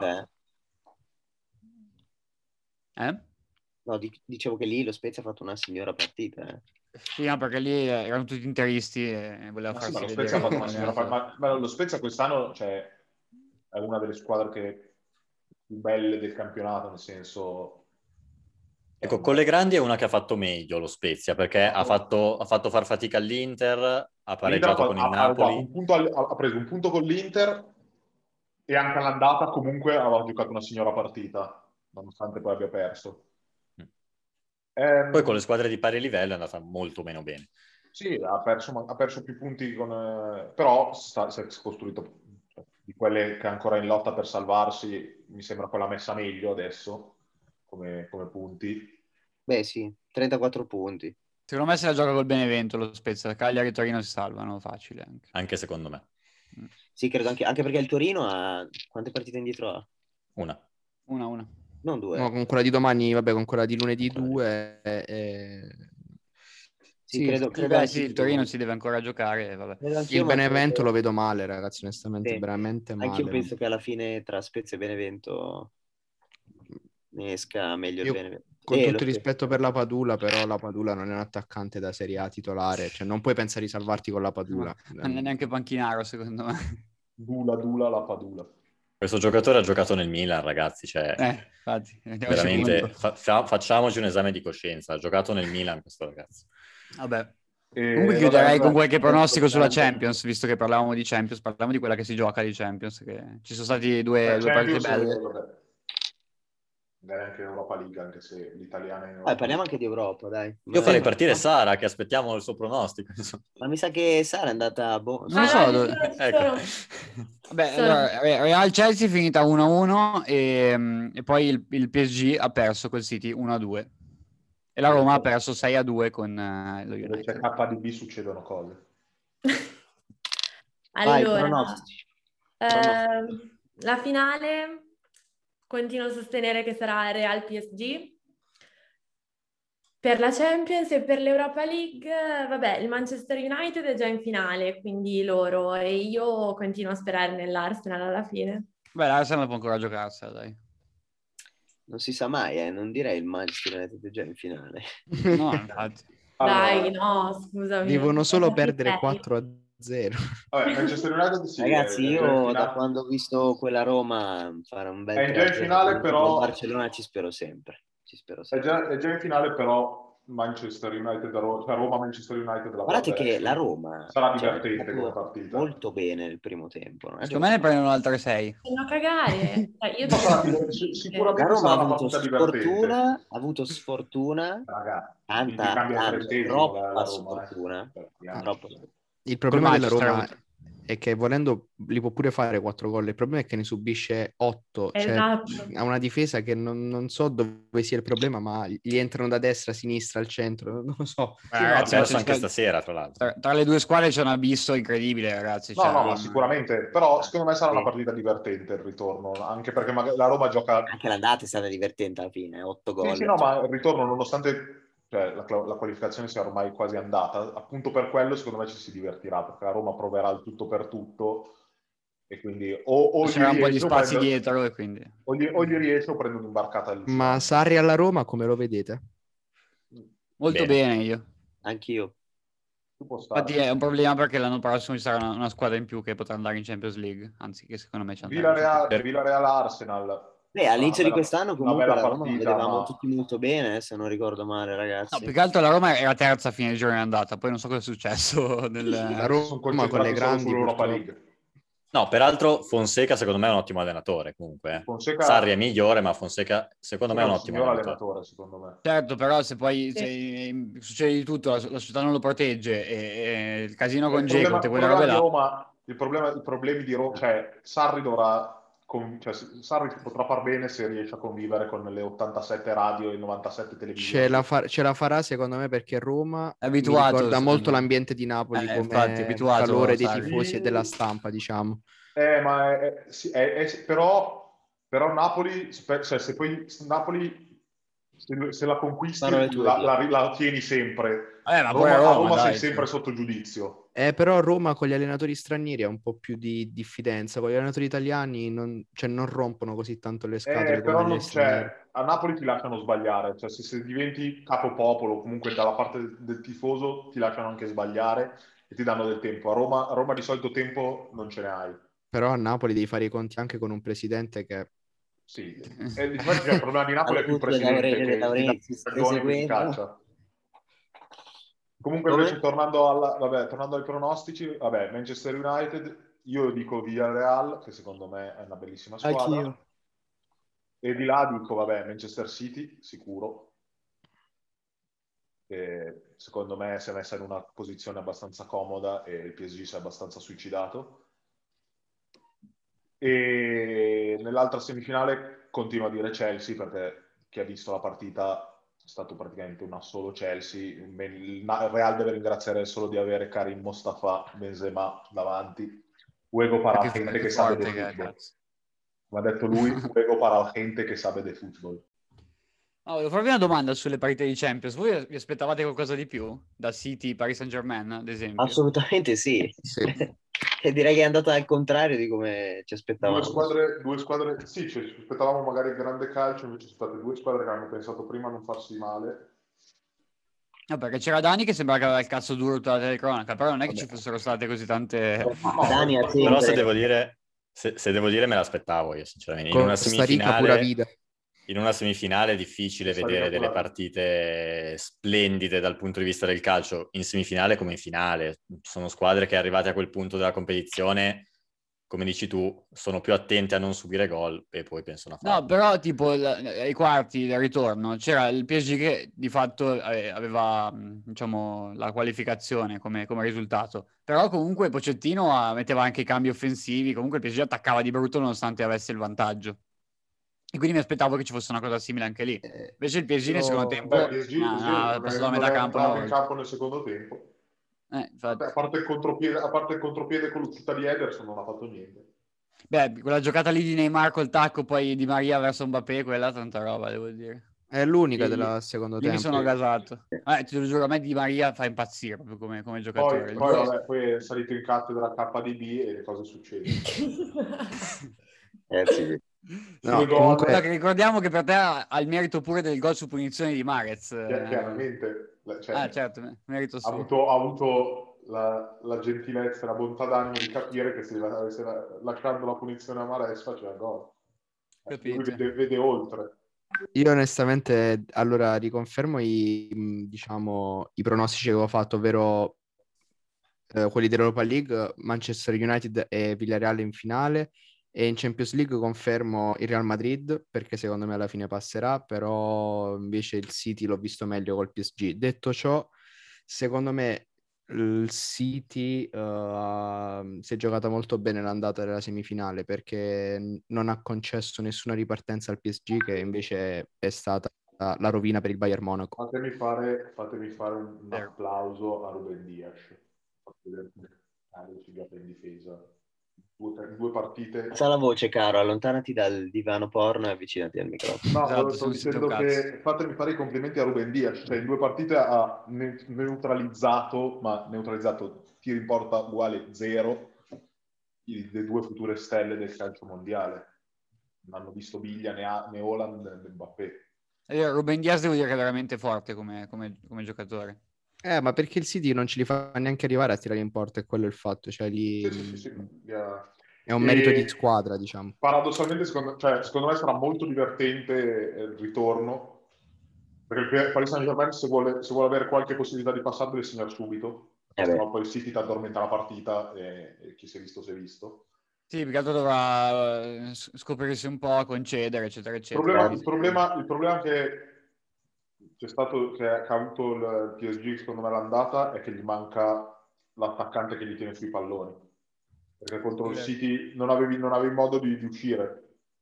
No, dicevo che lì lo Spezia ha fatto una signora partita. Sì, no, perché lì erano tutti interisti e voleva farsi lo vedere. Spezia ha fatto una signora partita, ma lo Spezia quest'anno è una delle squadre più belle del campionato, nel senso... Ecco, con le grandi è una che ha fatto meglio lo Spezia, perché ha fatto far fatica all'Inter, ha pareggiato con il Napoli. Ha preso un punto con l'Inter e anche all'andata comunque aveva giocato una signora partita, nonostante poi abbia perso. Poi con le squadre di pari livello è andata molto meno bene. Sì, ha perso più punti, però si è costruito, di quelle che è ancora in lotta per salvarsi, mi sembra quella messa meglio adesso, come punti. Beh sì, 34 punti. Secondo me se la gioca col Benevento lo Spezia, Cagliari e Torino si salvano facile. Anche secondo me. Sì, credo anche perché il Torino ha... Quante partite indietro ha? Una. Non 2. No, con quella di domani, con quella di lunedì 2. Sì, credo il Torino si deve ancora giocare. Vabbè. Il Benevento lo vedo male, ragazzi, onestamente, veramente male. Anch'io penso che alla fine tra Spezia e Benevento ne esca meglio il Benevento. Con tutto il rispetto per la Padula, però la Padula non è un attaccante da Serie A titolare, cioè non puoi pensare di salvarti con la Padula. Non è neanche panchinaro, secondo me. Dula, la Padula. Questo giocatore ha giocato nel Milan, ragazzi, cioè infatti, veramente facciamoci un esame di coscienza. Ha giocato nel Milan questo ragazzo. Vabbè. Comunque chiuderei con qualche pronostico sulla Champions, visto che parlavamo di Champions, parliamo di quella che si gioca di Champions, che ci sono stati due partite belle. Magari anche Europa League, anche se l'italiana è... parliamo anche di Europa, dai. Io farei partire Sara, che aspettiamo il suo pronostico. Ma mi sa che Sara è andata non lo so. Ecco. Vabbè, allora, Real Chelsea è finita 1-1 e poi il PSG ha perso col City 1-2 e la Roma ha perso 6-2 con lo United. C'è KDB succedono cose. Allora, la finale continuo a sostenere che sarà Real PSG. Per la Champions e per l'Europa League, vabbè, il Manchester United è già in finale, quindi loro, e io continuo a sperare nell'Arsenal alla fine. Beh, l'Arsenal può ancora giocarsela, dai. Non si sa mai, non direi il Manchester United è già in finale. No, infatti. Dai, no, scusami. Devono solo perdere 4-0. Vabbè, Manchester United sì. Ragazzi, io da quando ho visto quella Roma fare un bel... È già in finale, però... Barcellona ci spero sempre. È già in finale, però Manchester United, Roma Manchester United. Guardate che la Roma sarà divertente come partita. Molto bene nel primo tempo. Secondo me ne prendono altre 6. Sono a cagare. Sicuramente la Roma ha avuto sfortuna, tanta troppa sfortuna. Il problema della Roma è che volendo li può pure fare 4 gol, il problema è che ne subisce 8, esatto. Cioè ha una difesa che non so dove sia il problema, ma gli entrano da destra, a sinistra, al centro, non lo so. Ragazzi, anche stasera, tra l'altro. Tra le due squadre c'è un abisso incredibile, ragazzi. No, ma sicuramente, però secondo me sarà una partita divertente il ritorno, anche perché magari la Roma gioca... Anche l'andata è stata divertente alla fine, 8 gol. Sì, no, ma il ritorno, nonostante... la qualificazione sia ormai quasi andata, appunto per quello secondo me ci si divertirà, perché la Roma proverà il tutto per tutto e quindi o c'era un po' di spazi dietro e quindi o gli riesce o prende un'imbarcata. Ma Sarri alla Roma come lo vedete? Molto bene io. Anch'io. Infatti è un problema perché l'anno prossimo ci sarà una squadra in più che potrà andare in Champions League, anzi che secondo me c'è Villarreal Arsenal all'inizio di quest'anno comunque la Roma partita, vedevamo tutti molto bene, se non ricordo male, ragazzi. No, più che altro la Roma era terza a fine di girone andata, poi non so cosa è successo. La Roma con le grandi sull'Europa League. No, peraltro Fonseca secondo me è un ottimo allenatore comunque. Fonseca... Sarri è migliore, ma Fonseca secondo me è un ottimo allenatore, secondo me. Certo, però se poi succede di tutto, la società non lo protegge e il casino con Dzeko, quelle robe là. I problemi di Roma, cioè Sarri Sarri si potrà far bene se riesce a convivere con le 87 radio e 97 televisioni. Ce la farà secondo me, perché Roma è abituato, mi ricorda molto l'ambiente di Napoli, come infatti, calore dei tifosi e della stampa, diciamo. Però Napoli, cioè se poi Napoli se la conquisti la tieni sempre. Ma Roma sei sempre sotto giudizio. Però Roma con gli allenatori stranieri ha un po' più di diffidenza, con gli allenatori italiani non rompono così tanto le scatole come a Napoli ti lasciano sbagliare, cioè se diventi capopopolo, comunque dalla parte del tifoso ti lasciano anche sbagliare e ti danno del tempo. A Roma di solito tempo non ce ne hai. Però a Napoli devi fare i conti anche con un presidente che... Sì, il problema di Napoli è più il presidente che ragione di caccia. Comunque invece tornando ai pronostici, Manchester United, io dico Villarreal, che secondo me è una bellissima squadra. Anch'io. E di là dico, Manchester City, sicuro. Che secondo me si è messa in una posizione abbastanza comoda e il PSG si è abbastanza suicidato. E nell'altra semifinale continuo a dire Chelsea, perché chi ha visto la partita è stato praticamente una solo Chelsea. Il Real deve ringraziare solo di avere Karim Mostafa, Benzema davanti. Juego para la gente che sabe de football. Come ha detto lui, juego para la gente che sabe de football. Volevo farvi una domanda sulle partite di Champions. Voi vi aspettavate qualcosa di più da City, Paris Saint-Germain, ad esempio? Assolutamente sì. E direi che è andata al contrario di come ci aspettavamo. Due squadre, sì, ci aspettavamo magari il grande calcio, invece sono state due squadre che hanno pensato prima a non farsi male. No, perché c'era Dani che sembrava che aveva il cazzo duro tutta la telecronaca, però non è che ci fossero state così tante... Dani però se devo dire me l'aspettavo io, sinceramente. In una semifinale è difficile vedere delle partite splendide dal punto di vista del calcio, in semifinale come in finale. Sono squadre che arrivate a quel punto della competizione, come dici tu, sono più attente a non subire gol e poi pensano a farlo. No, però tipo ai quarti del ritorno c'era il PSG che di fatto aveva, diciamo, la qualificazione come risultato. Però comunque Pochettino metteva anche i cambi offensivi, comunque il PSG attaccava di brutto nonostante avesse il vantaggio. E quindi mi aspettavo che ci fosse una cosa simile anche lì. Invece il PSG nel secondo tempo ha passato a metà campo. In campo nel secondo tempo. A parte il contropiede con l'uscita di Ederson non ha fatto niente. Quella giocata lì di Neymar col tacco, poi di Maria verso Mbappé, quella tanta roba, devo dire. È l'unica della secondo tempo. Io mi sono gasato. Te lo giuro, a me Di Maria fa impazzire proprio come giocatore. Poi è salito in cattedra KDB e le cose succedono. Sì. No, comunque... ricordiamo che per te ha il merito pure del gol su punizione di Marez. Chiaramente. Certo, merito suo. Ha avuto la gentilezza e la bontà d'animo di capire che se lasciando la punizione a Marez faceva gol. Lui vede oltre. Io onestamente, allora, riconfermo i pronostici che avevo fatto, ovvero quelli dell'Europa League, Manchester United e Villarreal in finale. E in Champions League confermo il Real Madrid, perché secondo me alla fine passerà, però invece il City l'ho visto meglio col PSG. Detto ciò, secondo me il City si è giocata molto bene l'andata della semifinale, perché non ha concesso nessuna ripartenza al PSG, che invece è stata la rovina per il Bayern Monaco. Fatemi fare un applauso a Ruben Dias. Si gioca in difesa. Due partite. Alza la voce, caro, allontanati dal divano porno e avvicinati al microfono. No, sto dicendo che fatemi fare i complimenti a Ruben Dias, cioè in due partite ha neutralizzato tiri in porta uguale 0 le due future stelle del calcio mondiale. Non hanno visto biglia né Haaland né Mbappé. Ruben Dias devo dire che è veramente forte come giocatore. Ma perché il City non ce li fa neanche arrivare a tirare in porta, e quello è il fatto. Cioè, Sì. È un merito di squadra, diciamo. Paradossalmente, secondo me sarà molto divertente il ritorno, perché il Paris Saint-Germain, se vuole avere qualche possibilità di passaggio, deve segnare subito, no, poi il City ti addormenta la partita e chi si è visto si è visto. Sì, perché altro dovrà scoprirsi un po', concedere, eccetera, eccetera. Il problema che che ha avuto il PSG, secondo me, l'andata, è che gli manca l'attaccante che gli tiene sui palloni. Perché contro il City non avevi modo di uscire.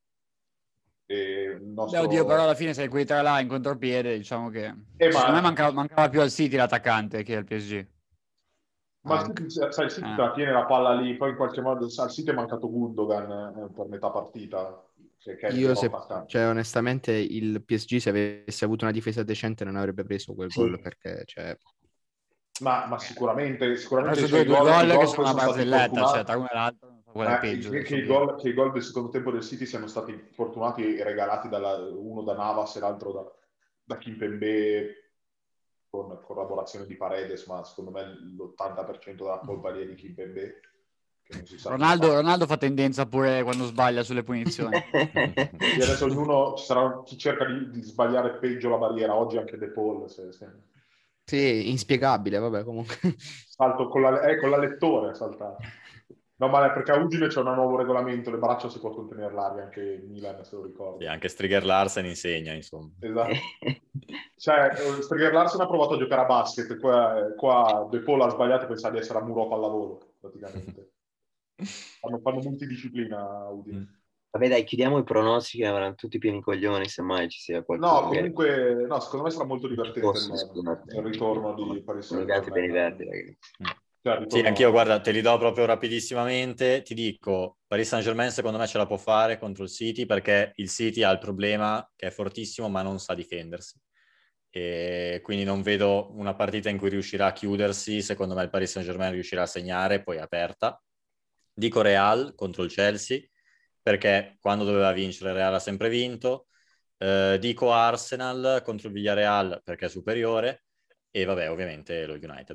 Oddio, però alla fine sei quei tre là in contropiede, diciamo che secondo me mancava più al City l'attaccante che al PSG. Ma il City te la tiene la palla lì, poi in qualche modo al City è mancato Gundogan per metà partita. Onestamente il PSG, se avesse avuto una difesa decente, non avrebbe preso quel gol, perché ma sicuramente due gol che sono una barzelletta, tra uno e l'altro non so qual è peggio. Che i gol del secondo tempo del City siano stati fortunati e regalati uno da Navas e l'altro da Kimpembe con collaborazione di Paredes, ma secondo me l'80% della colpa lì è di Kimpembe. Ronaldo fa tendenza pure quando sbaglia sulle punizioni. E adesso ci sarà chi cerca di sbagliare peggio la barriera, oggi anche De Paul. Sì, inspiegabile, vabbè, comunque. Salto con la lettore, saltato. No, ma perché a Udine c'è un nuovo regolamento, le braccia si può contenere l'aria, anche in Milan, se lo ricordo. Sì, anche Striger Larsen insegna, insomma. Esatto. Striger Larsen ha provato a giocare a basket, qua De Paul ha sbagliato e pensava di essere a muro a pallavolo, praticamente. fanno multidisciplina a Udine. Vabbè, dai, chiudiamo i pronostici, avranno tutti pieni coglioni, semmai ci sia qualcosa. No, comunque, secondo me sarà molto divertente il ritorno di Paris Saint-Germain. Sì, anch'io, guarda, te li do proprio rapidissimamente. Ti dico, Paris Saint-Germain secondo me ce la può fare contro il City, perché il City ha il problema che è fortissimo ma non sa difendersi. E quindi non vedo una partita in cui riuscirà a chiudersi. Secondo me il Paris Saint-Germain riuscirà a segnare, poi aperta. Dico Real contro il Chelsea, perché quando doveva vincere il Real ha sempre vinto. Dico Arsenal contro il Villarreal perché è superiore, e vabbè, ovviamente lo United.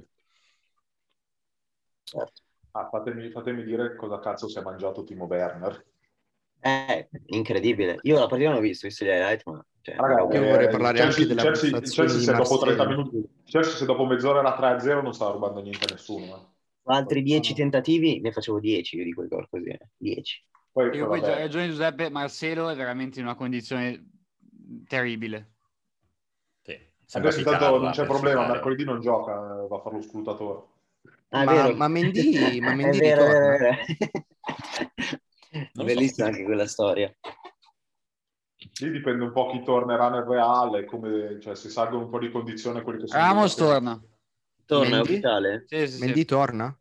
Fatemi dire cosa cazzo si è mangiato Timo Werner. Incredibile. Io la partita non ho visto gli highlight, ma io vorrei parlare anche della prestazione di dopo 30 minuti, se dopo mezz'ora era 3-0 non stava rubando niente a nessuno. Altri 10 tentativi, ne facevo 10 io di quei gol così, 10. Poi ragione Giuseppe, Marcelo è veramente in una condizione terribile. Adesso intanto non c'è problema, mercoledì non gioca, va a fare lo scrutatore. Ma Mendy è vero. Bellissima anche quella storia. Lì dipende un po' chi tornerà nel Real, come, se salgono un po' di condizione quelli che sono. Ramos torna. Torna, è ufficiale? Sì. Mendy torna?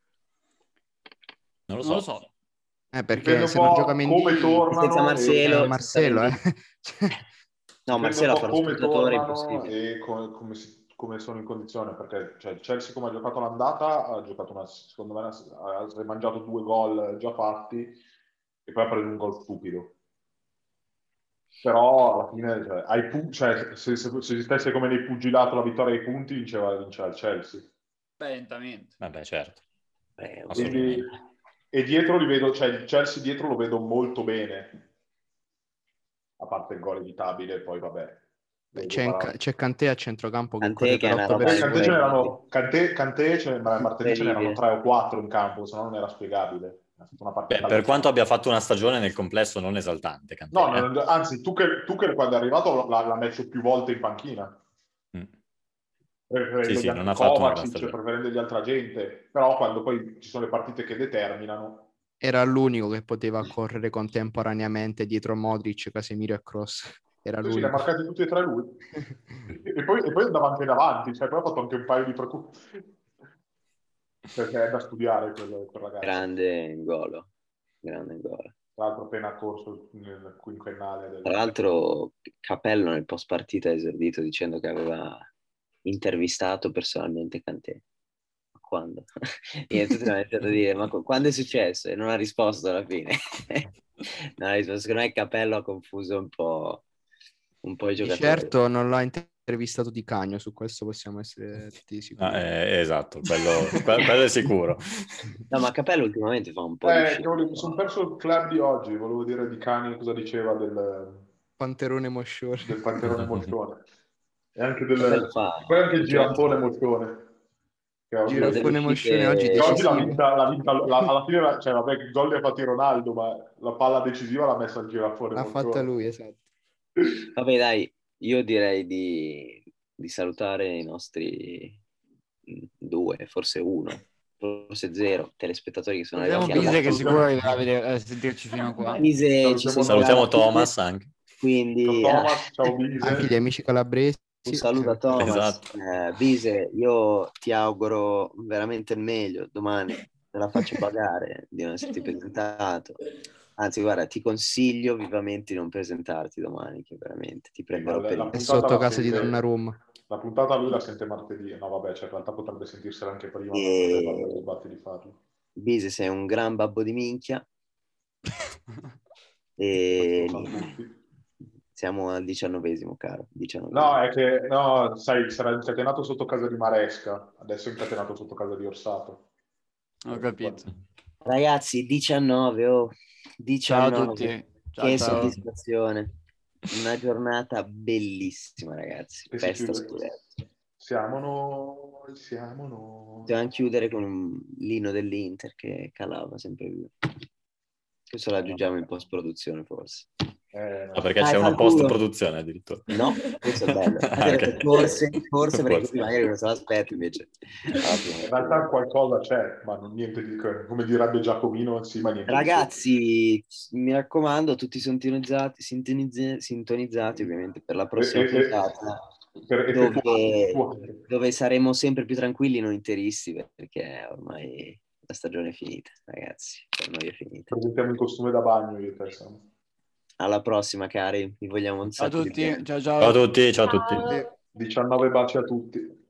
Non lo so. Perché se non gioca Mendy come tornano, senza Marcelo. No, Marcelo fa lo scrutatore, impossibile. E come sono in condizione, perché Chelsea, come ha giocato l'andata, ha giocato secondo me ha mangiato 2 gol già fatti e poi ha preso un gol stupido. Però alla fine se esistesse come nei pugilato la vittoria ai punti, vinceva il Chelsea. Lentamente. Vabbè, certo. E dietro li vedo, il Chelsea dietro lo vedo molto bene, a parte il gol evitabile, poi vabbè. C'è Kanté a centrocampo che corre per 8 Kanté, ma martedì ce n'erano 3 o 4 in campo, se no non era spiegabile. Per quanto abbia fatto una stagione nel complesso non esaltante, Kanté, anzi tu che quando è arrivato l'ha messo più volte in panchina. Sì, non ha fatto una gran stagione, preferendo gli altra gente, però quando poi ci sono le partite che determinano, era l'unico che poteva correre contemporaneamente dietro Modric, Casemiro e Kroos. Era l'unico. Sì, li ha marcati tutti e tre lui. e poi andava anche davanti, poi ha fatto anche un paio di preoccupazioni. Perché è da studiare quel ragazzo. Grande in gol. Tra l'altro appena corso nel quinquennale. Tra l'altro Capello nel post partita ha esordito dicendo che aveva intervistato personalmente Kanté. Quando? E tutti hanno iniziato a dire ma quando è successo? E non ha risposto alla fine. Non ha risposto. Secondo me Capello ha confuso un po' i giocatori. Certo non l'ha intervistato intervistato Di Canio, su questo possiamo essere tutti sicuri. Esatto, quello è sicuro. No, ma Capello ultimamente fa un po' di uscite. Mi sono perso il club di oggi, volevo dire Di Canio cosa diceva del Panterone Moscione. Del Panterone Moscione. E anche poi anche il Girafone Moscione. Girafone Moscione oggi oggi l'ha decisivo. vinta alla fine, cioè vabbè, il gol li ha fatti Ronaldo, ma la palla decisiva l'ha messa il Girafone L'ha Moscione. fatta lui, esatto. Vabbè dai, io direi di salutare i nostri 2, forse 1, forse 0 telespettatori che sono Abbiamo arrivati Bise che sicuro arriverà a sentirci fino a qua. Bise, salutiamo Thomas anche. Quindi ciao Thomas, ciao Bise. Anche gli amici calabresi. un saluto a Thomas. Esatto. Bise, io ti auguro veramente il meglio. Domani te la faccio pagare di non esserti presentato. Anzi, guarda, ti consiglio vivamente di non presentarti domani, che veramente ti prenderò per il... È sotto casa di Donnarumma. La puntata lui la sente martedì. No, vabbè, cioè in realtà potrebbe sentirsela anche prima, ma sbatti di farlo. Bise, sei un gran babbo di minchia. E siamo al 19esimo, caro. 19esimo. No, è che, no, sai, sarà incatenato sotto casa di Maresca, adesso è incatenato sotto casa di Orsato. Ho capito. Ragazzi, 19, 19. Ciao a tutti. Che soddisfazione. Una giornata bellissima, ragazzi. Festa scudetto. Siamo noi. Dobbiamo chiudere con un lino dell'Inter che calava sempre più. Questo lo aggiungiamo in post-produzione, forse. Perché c'è una post-produzione addirittura. No, questo è bello. Okay. Forse perché magari non se l'aspetto invece. In realtà qualcosa c'è, ma non niente di come direbbe Giacomino, sì, ma niente. Ragazzi, mi raccomando, tutti sintonizzati ovviamente per la prossima puntata. Dove saremo sempre più tranquilli non interisti, perché ormai la stagione è finita, ragazzi, per noi è finita. Presentiamo in costume da bagno io e te, Sam. Alla prossima, cari, vi vogliamo un sacco di bene. Ciao a tutti. Ciao a tutti, ciao a tutti. 19 baci a tutti.